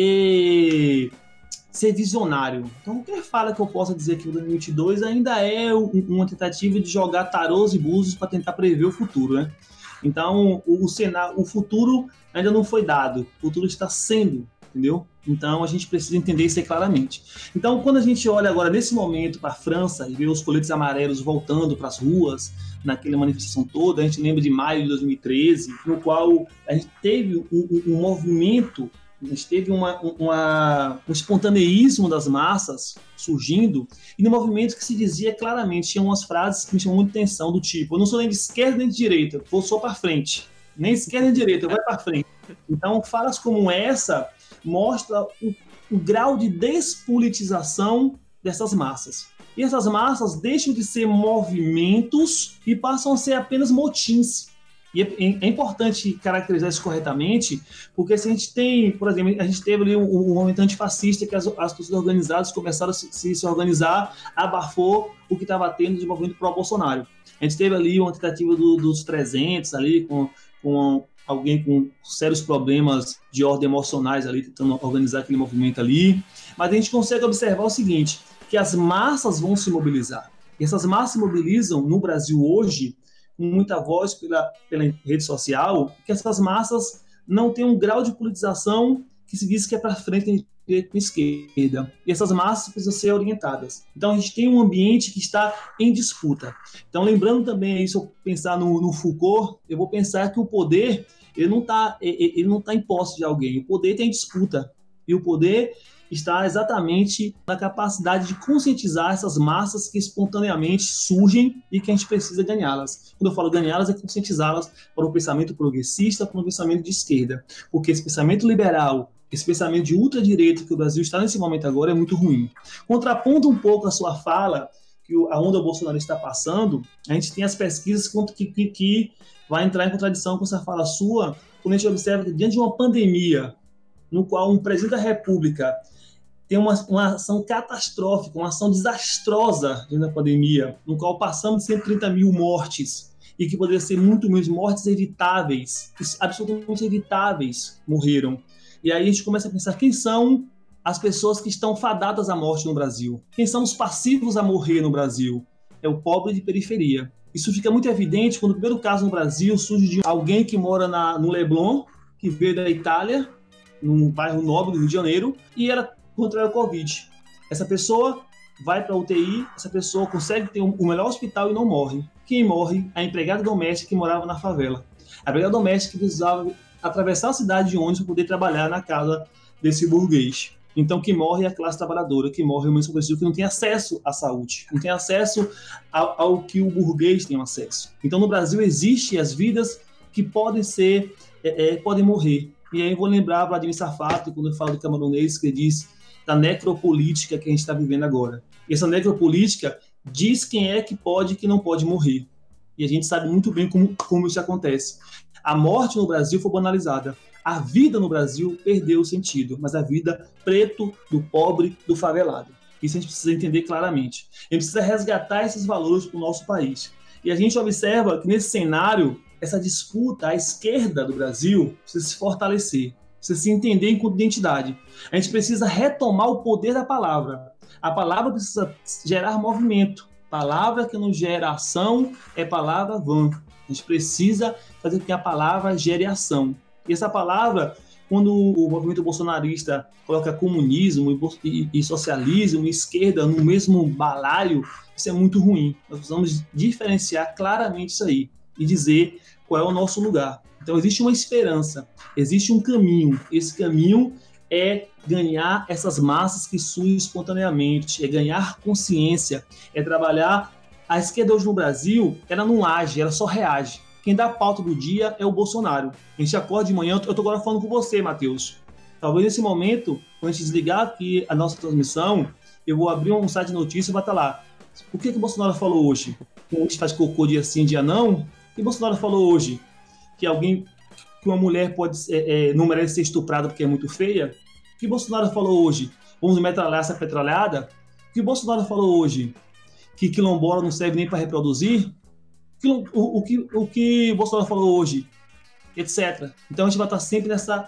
fazer... ser visionário. Então, qualquer fala que eu possa dizer que o dois mil e vinte e dois ainda é uma tentativa de jogar tarôs e búzios para tentar prever o futuro, né? Então, o, o, cenário, o futuro ainda não foi dado, o futuro está sendo, entendeu? Então, a gente precisa entender isso aí claramente. Então, quando a gente olha agora, nesse momento, para a França e vê os coletes amarelos voltando para as ruas, naquela manifestação toda, a gente lembra de maio de dois mil e treze, no qual a gente teve um, um, um movimento, a gente teve uma, uma, um espontaneísmo das massas surgindo, e no movimento que se dizia claramente, tinha umas frases que me chamam muita atenção, do tipo, eu não sou nem de esquerda nem de direita, vou só para frente. Nem esquerda nem direita, vai para frente. Então, falas como essa mostra o, o grau de despolitização dessas massas. E essas massas deixam de ser movimentos e passam a ser apenas motins. E é, é importante caracterizar isso corretamente, porque se a gente tem, por exemplo, a gente teve ali um, um movimento antifascista que as, as torcidas organizadas começaram a se, se, se organizar, abafou o que estava tendo de movimento pró-Bolsonaro. A gente teve ali uma tentativa do, dos trezentos ali, com, com alguém com sérios problemas de ordem emocionais ali, tentando organizar aquele movimento ali. Mas a gente consegue observar o seguinte, que as massas vão se mobilizar. E essas massas se mobilizam no Brasil hoje, com muita voz pela, pela rede social, que essas massas não têm um grau de politização que se diz que é para frente e para esquerda. E essas massas precisam ser orientadas. Então a gente tem um ambiente que está em disputa. Então, lembrando também aí, se eu pensar no, no Foucault, eu vou pensar que o poder ele não está ele não tá em posse de alguém. O poder tem disputa. E o poder está exatamente na capacidade de conscientizar essas massas que espontaneamente surgem e que a gente precisa ganhá-las. Quando eu falo ganhá-las, é conscientizá-las para o pensamento progressista, para o pensamento de esquerda. Porque esse pensamento liberal, esse pensamento de ultradireita que o Brasil está nesse momento agora é muito ruim. Contrapondo um pouco a sua fala, que a onda bolsonarista está passando, a gente tem as pesquisas que, que, que vai entrar em contradição com essa fala sua, quando a gente observa que diante de uma pandemia, no qual um presidente da República tem uma, uma ação catastrófica, uma ação desastrosa diante da pandemia, no qual passamos de cento e trinta mil mortes, e que poderiam ser muito menos mortes evitáveis, absolutamente evitáveis, morreram. E aí a gente começa a pensar quem são as pessoas que estão fadadas à morte no Brasil. Quem são os passivos a morrer no Brasil? É o pobre de periferia. Isso fica muito evidente quando o primeiro caso no Brasil surge de alguém que mora na, no Leblon, que veio da Itália, num bairro nobre do Rio de Janeiro, e era contra a Covid. Essa pessoa vai para a U T I, essa pessoa consegue ter um, o melhor hospital e não morre. Quem morre é a empregada doméstica que morava na favela. A empregada doméstica que precisava atravessar a cidade de ônibus para poder trabalhar na casa desse burguês. Então, quem morre é a classe trabalhadora, que morre é o mesmo Brasil que não tem acesso à saúde, não tem acesso ao, ao que o burguês tem acesso. Então, no Brasil, existem as vidas que podem ser, é, é, podem morrer. E aí eu vou lembrar Vladimir Sarfati, quando eu falo do camerunês, que diz da necropolítica que a gente está vivendo agora. E essa necropolítica diz quem é que pode e quem não pode morrer. E a gente sabe muito bem como, como isso acontece. A morte no Brasil foi banalizada. A vida no Brasil perdeu o sentido, mas a vida preto, do pobre, do favelado. Isso a gente precisa entender claramente. A gente precisa resgatar esses valores para o nosso país. E a gente observa que nesse cenário, essa disputa à esquerda do Brasil precisa se fortalecer, precisa se entender enquanto identidade. A gente precisa retomar o poder da palavra. A palavra precisa gerar movimento. Palavra que não gera ação é palavra vã. A gente precisa fazer com que a palavra gere ação. E essa palavra, quando o movimento bolsonarista coloca comunismo e, e, e socialismo e esquerda no mesmo balaio, isso é muito ruim. Nós precisamos diferenciar claramente isso aí e dizer qual é o nosso lugar. Então existe uma esperança, existe um caminho. Esse caminho é ganhar essas massas que surgem espontaneamente, é ganhar consciência, é trabalhar. A esquerda hoje no Brasil, ela não age, ela só reage. Quem dá a pauta do dia é o Bolsonaro. A gente acorda de manhã, eu estou agora falando com você, Matheus. Talvez nesse momento, quando a gente desligar aqui a nossa transmissão, eu vou abrir um site de notícias e vai estar lá. O que, que o Bolsonaro falou hoje? Que a gente faz cocô dia sim, dia não? O que o Bolsonaro falou hoje? Que alguém, que uma mulher pode, é, é, não merece ser estuprada porque é muito feia? O que o Bolsonaro falou hoje? Vamos metralhar essa petralhada? O que o Bolsonaro falou hoje? Que quilombola não serve nem para reproduzir? O, o, o, que, o que o Bolsonaro falou hoje? Etc. Então a gente vai estar sempre nessa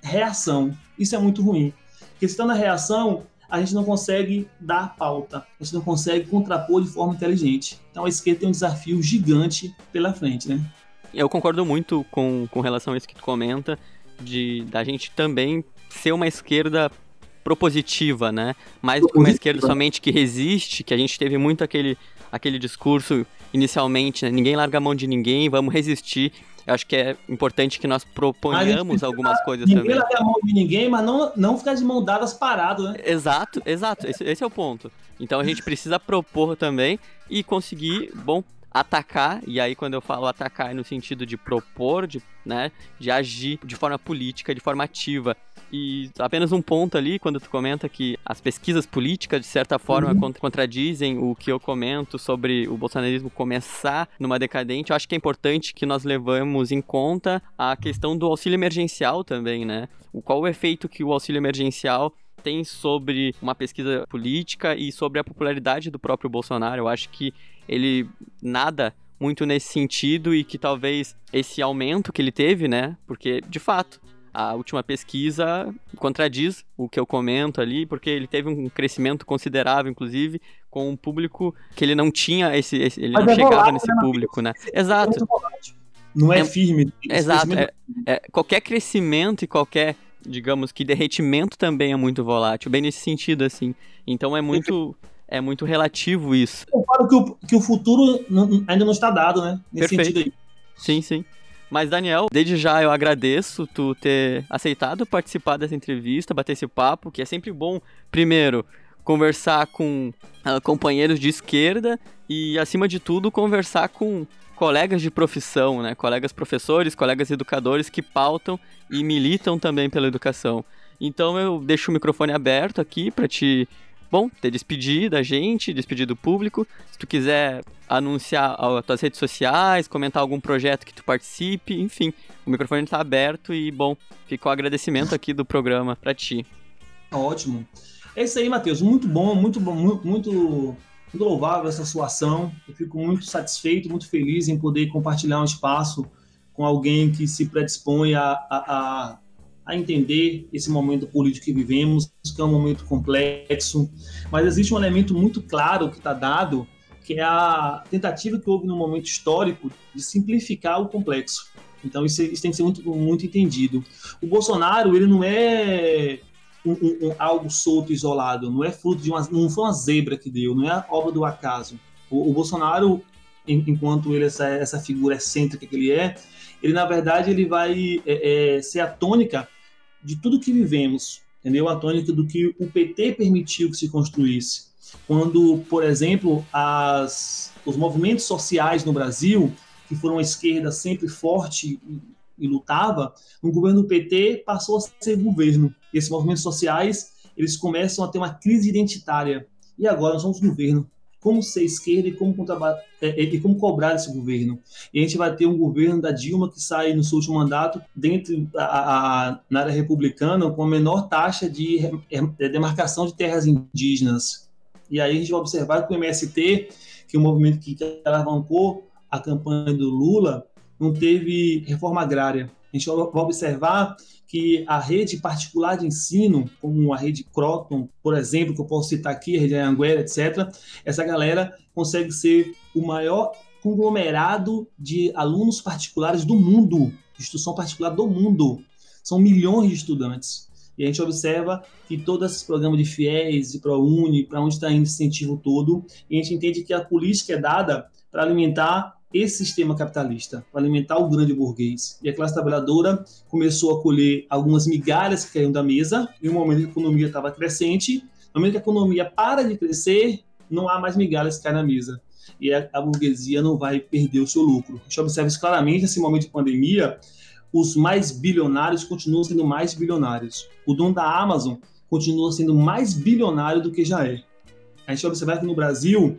reação. Isso é muito ruim. Porque se está na reação, a gente não consegue dar pauta, a gente não consegue contrapor de forma inteligente. Então a esquerda tem um desafio gigante pela frente, né? Eu concordo muito com, com relação a isso que tu comenta, de da gente também ser uma esquerda propositiva, né? Mais do que uma esquerda somente que resiste, que a gente teve muito aquele, aquele discurso inicialmente, né? Ninguém larga a mão de ninguém, vamos resistir. Eu acho que é importante que nós proponhamos algumas coisas ninguém também. Ninguém larga a mão de ninguém, mas não, não ficar de mão dadas parado, né? Exato, exato. Esse, esse é o ponto. Então a gente precisa propor também e conseguir, bom, atacar, e aí quando eu falo atacar é no sentido de propor, de, né, de agir de forma política, de forma ativa. E apenas um ponto ali, quando tu comenta que as pesquisas políticas, de certa forma, uhum. contradizem o que eu comento sobre o bolsonarismo começar numa decadente, eu acho que é importante que nós levamos em conta a questão do auxílio emergencial também, né? O, qual o efeito que o auxílio emergencial tem sobre uma pesquisa política e sobre a popularidade do próprio Bolsonaro. Eu acho que ele nada muito nesse sentido e que talvez esse aumento que ele teve, né? Porque, de fato, a última pesquisa contradiz o que eu comento ali, porque ele teve um crescimento considerável, inclusive, com um público que ele não tinha, esse, esse ele Mas não é chegava volátil, nesse né, público, né? Exato. Não é, é firme. Exato. É, é, qualquer crescimento e qualquer, digamos que derretimento também é muito volátil, bem nesse sentido, assim. Então é muito... É muito relativo isso. Eu falo que o, que o futuro não, ainda não está dado, né? Nesse Perfeito. sentido aí. Sim, sim. Mas, Daniel, desde já eu agradeço tu ter aceitado participar dessa entrevista, bater esse papo, que é sempre bom, primeiro, conversar com uh, companheiros de esquerda e, acima de tudo, conversar com colegas de profissão, né? Colegas professores, colegas educadores que pautam e militam também pela educação. Então eu deixo o microfone aberto aqui para te... Bom, te despedir da gente, despedir do público. Se tu quiser anunciar as tuas redes sociais, comentar algum projeto que tu participe, enfim, o microfone está aberto e, bom, fica o agradecimento aqui do programa para ti. Ótimo. É isso aí, Matheus. Muito bom, muito bom, muito, muito louvável essa sua ação. Eu fico muito satisfeito, muito feliz em poder compartilhar um espaço com alguém que se predispõe a... a, a a entender esse momento político que vivemos, que é um momento complexo, mas existe um elemento muito claro que está dado, que é a tentativa que houve no momento histórico de simplificar o complexo. Então isso, isso tem que ser muito, muito entendido. O Bolsonaro, ele não é um, um, um, algo solto, isolado, não é fruto de uma, não foi uma zebra que deu, não é obra do acaso. O, o Bolsonaro, enquanto ele essa, essa figura excêntrica que ele é, ele na verdade ele vai é, é, ser a tônica de tudo que vivemos, entendeu? A tônica do que o P T permitiu que se construísse. Quando, por exemplo, as, os movimentos sociais no Brasil, que foram a esquerda sempre forte e, e lutava, no governo do P T passou a ser governo. E esses movimentos sociais, eles começam a ter uma crise identitária. E agora nós somos governo. Como ser esquerda e como, contra... e como cobrar esse governo. E a gente vai ter um governo da Dilma que sai no seu último mandato dentro a, a, na área republicana com a menor taxa de demarcação de terras indígenas. E aí a gente vai observar que o M S T, que é o movimento que alavancou a campanha do Lula, não teve reforma agrária. A gente vai observar que a rede particular de ensino, como a rede Croton, por exemplo, que eu posso citar aqui, a rede Anhanguera, etcétera, essa galera consegue ser o maior conglomerado de alunos particulares do mundo, de instrução particular do mundo. São milhões de estudantes. E a gente observa que todos esses programas de FIES, de ProUni, para onde está indo esse incentivo todo, e a gente entende que a política é dada para alimentar esse sistema capitalista, para alimentar o grande burguês. E a classe trabalhadora começou a colher algumas migalhas que caíram da mesa, em um momento que a economia estava crescente, no momento que a economia para de crescer, não há mais migalhas que caem na mesa. E a, a burguesia não vai perder o seu lucro. A gente observa isso claramente nesse momento de pandemia, os mais bilionários continuam sendo mais bilionários. O dono da Amazon continua sendo mais bilionário do que já é. A gente observa que no Brasil,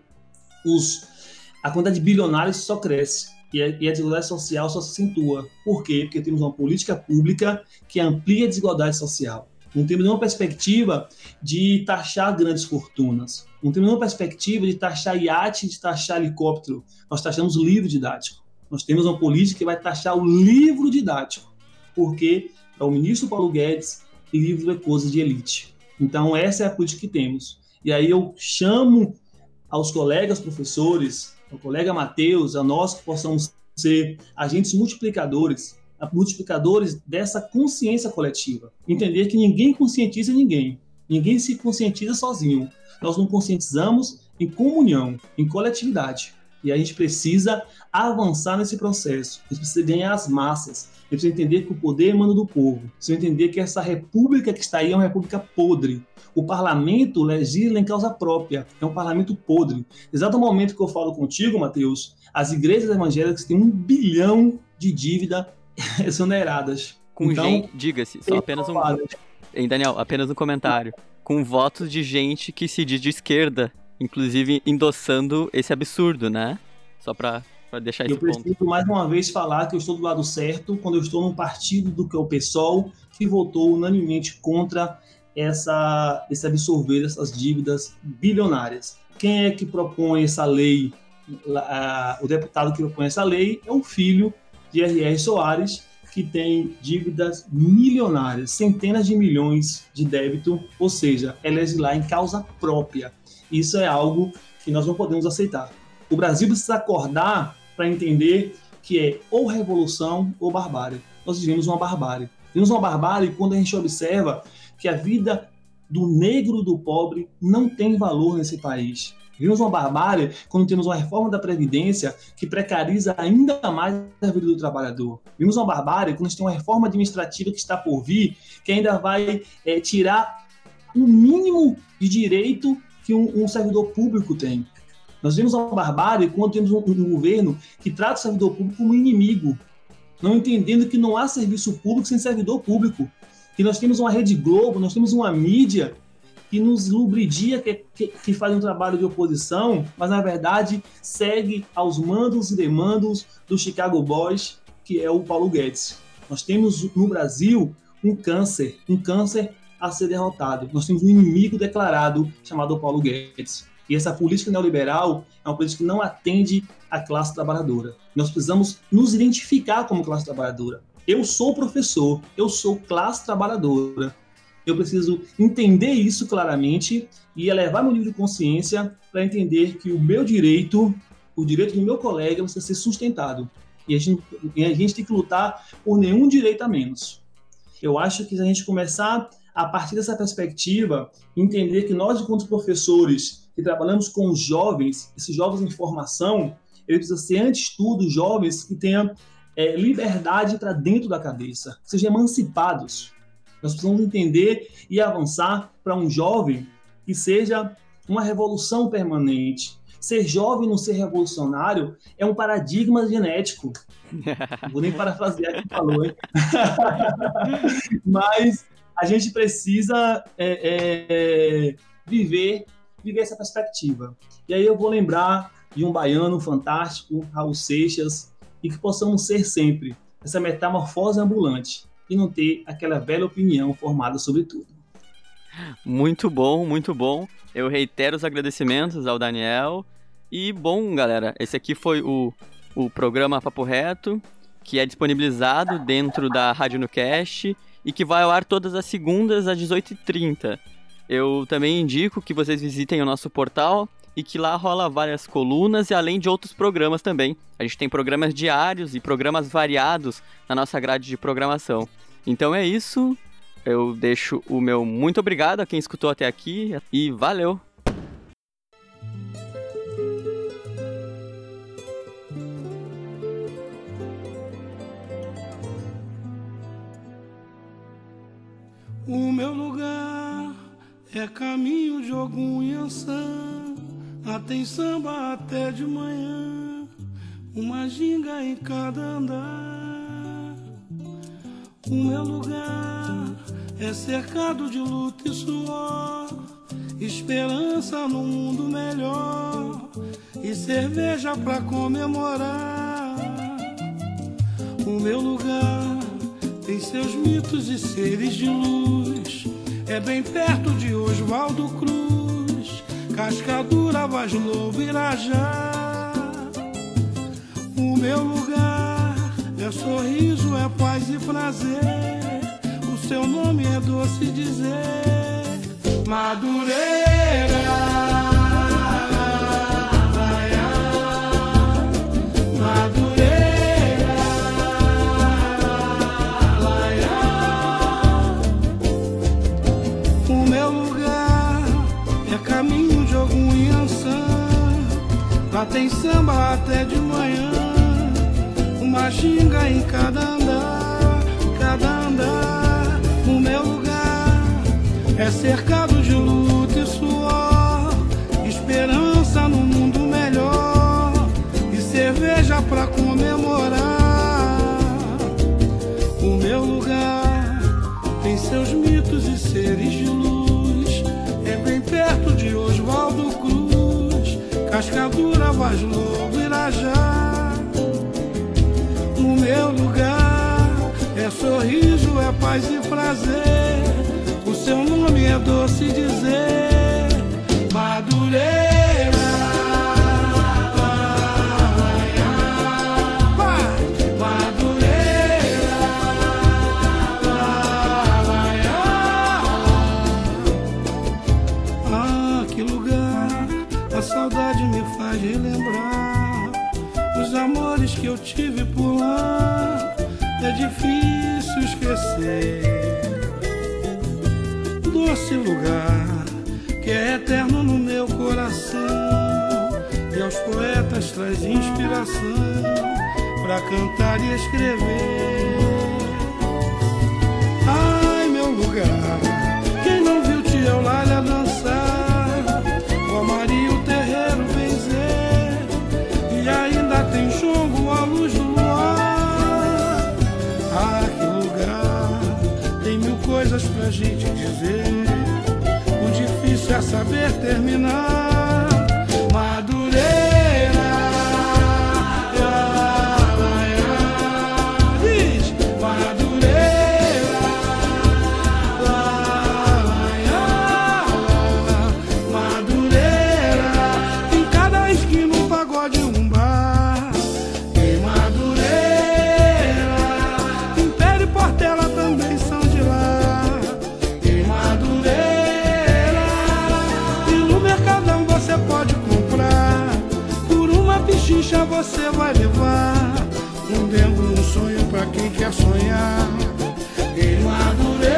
os a quantidade de bilionários só cresce e a, e a desigualdade social só se acentua. Por quê? Porque temos uma política pública que amplia a desigualdade social. Não temos nenhuma perspectiva de taxar grandes fortunas. Não temos nenhuma perspectiva de taxar iate, de taxar helicóptero. Nós taxamos o livro didático. Nós temos uma política que vai taxar o livro didático. Por quê? é o ministro Paulo Guedes e livro é coisa de elite. Então, essa é a política que temos. E aí eu chamo aos colegas professores, ao colega Matheus, a nós que possamos ser agentes multiplicadores, multiplicadores dessa consciência coletiva. Entender que ninguém conscientiza ninguém. Ninguém se conscientiza sozinho. Nós nos conscientizamos em comunhão, em coletividade. E a gente precisa avançar nesse processo. A gente precisa ganhar as massas. A gente precisa entender que o poder emana do povo. Precisa entender que essa república que está aí é uma república podre. O parlamento legisla em causa própria. É um parlamento podre. Exato no momento que eu falo contigo, Matheus, as igrejas evangélicas têm um bilhão de dívida exoneradas. Com então, gente, diga-se, só apenas um... Hein, Daniel, apenas um comentário. Com votos de gente que se diz de esquerda, inclusive endossando esse absurdo, né? Só pra, pra deixar esse ponto. Eu preciso mais uma vez falar que eu estou do lado certo quando eu estou num partido do que é o PSOL, que votou unanimemente contra essa, esse absorver essas dívidas bilionárias. Quem é que propõe essa lei? O deputado que propõe essa lei é o filho de R R Soares, que tem dívidas milionárias, centenas de milhões de débito, ou seja, é legislar em causa própria. Isso é algo que nós não podemos aceitar. O Brasil precisa acordar para entender que é ou revolução ou barbárie. Nós vivemos uma barbárie. Vivemos uma barbárie quando a gente observa que a vida do negro e do pobre não tem valor nesse país. Vivemos uma barbárie quando temos uma reforma da Previdência que precariza ainda mais a vida do trabalhador. Vivemos uma barbárie quando a gente tem uma reforma administrativa que está por vir, que ainda vai é, tirar o mínimo de direito que um, um servidor público tem. Nós vivemos uma barbárie quando temos um, um governo que trata o servidor público como inimigo, não entendendo que não há serviço público sem servidor público. Que nós temos uma Rede Globo, nós temos uma mídia que nos lubridia, que, que, que faz um trabalho de oposição, mas na verdade segue aos mandos e demandos do Chicago Boys, que é o Paulo Guedes. Nós temos no Brasil um câncer, um câncer a ser derrotado. Nós temos um inimigo declarado chamado Paulo Guedes. E essa política neoliberal é uma política que não atende à classe trabalhadora. Nós precisamos nos identificar como classe trabalhadora. Eu sou professor, eu sou classe trabalhadora. Eu preciso entender isso claramente e elevar meu nível de consciência para entender que o meu direito, o direito do meu colega precisa ser sustentado. E a gente, e a gente tem que lutar por nenhum direito a menos. Eu acho que se a gente começar a partir dessa perspectiva, entender que nós, enquanto professores que trabalhamos com os jovens, esses jovens em formação, eles precisam ser, antes de tudo, jovens que tenham é, liberdade para dentro da cabeça, que sejam emancipados. Nós precisamos entender e avançar para um jovem que seja uma revolução permanente. Ser jovem e não ser revolucionário é um paradigma genético. Não vou nem parafrasear o que falou, hein? Mas a gente precisa é, é, viver, viver essa perspectiva. E aí eu vou lembrar de um baiano fantástico, Raul Seixas, e que possamos ser sempre essa metamorfose ambulante e não ter aquela velha opinião formada sobre tudo. Muito bom, muito bom. Eu reitero os agradecimentos ao Daniel. E, bom, galera, esse aqui foi o, o programa Papo Reto, que é disponibilizado dentro da Rádio NuCast e que vai ao ar todas as segundas às dezoito e trinta. Eu também indico que vocês visitem o nosso portal e que lá rola várias colunas e além de outros programas também. A gente tem programas diários e programas variados na nossa grade de programação. Então é isso, eu deixo o meu muito obrigado a quem escutou até aqui e valeu! O meu lugar é caminho de Ogum e Ançã. Lá tem samba até de manhã, uma ginga em cada andar. O meu lugar é cercado de luta e suor, esperança num mundo melhor e cerveja pra comemorar. O meu lugar tem seus mitos e seres de luz, é bem perto de Oswaldo Cruz, Cascadura, Vaz Lobo, Irajá. O meu lugar é sorriso, é paz e prazer, seu nome é doce dizer. Madureira, lá tem samba até de manhã, uma ginga em cada andar, cada andar. O meu lugar é cercado de luta e suor, esperança no mundo melhor e cerveja pra comemorar. O meu lugar tem seus mitos e seres de luz, é bem perto de Oswaldo Cruz, Cascadura, Vaz Lobo, Irajá. No meu lugar é sorriso, é paz e prazer, o seu nome é doce dizer. Madureira, saudade me faz relembrar os amores que eu tive por lá. É difícil esquecer doce lugar que é eterno no meu coração, e aos poetas traz inspiração pra cantar e escrever. Ai, meu lugar, quem não viu Tia Eulália dançar, o Maria o terreiro benzer, e ainda tem jongo à luz do luar. Ah, que lugar, tem mil coisas pra gente dizer, o difícil é saber terminar. Madureira, diz Madureira, Madureira, em cada esquina um pagode, um bar. Em Madureira, Império e Portela também são de lá. Em Madureira, e no Mercadão você pode comprar, por uma pichincha você vai levar, vendendo um sonho pra quem quer sonhar. Em Madureira,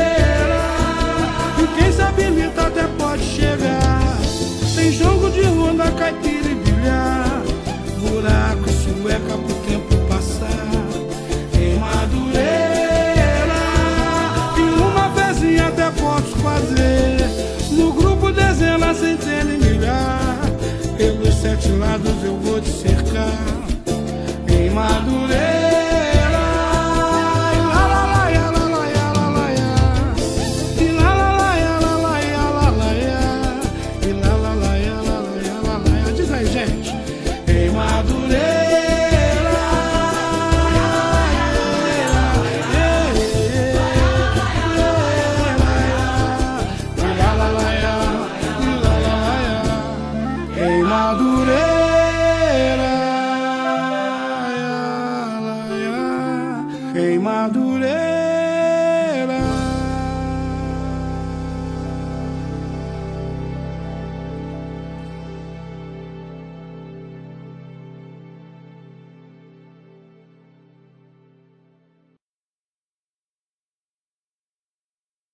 e quem se habilita até pode chegar, tem jogo de ronda, caipira e bilhar, buraco e sueca pro tempo passar. Em Madureira, e uma pezinha até posso fazer, no grupo dezenas, centenas e milhar, pelos sete lados eu vou te cercar. Em Madureira, diz aí, gente. Em Madureira, em Madureira, em Madureira.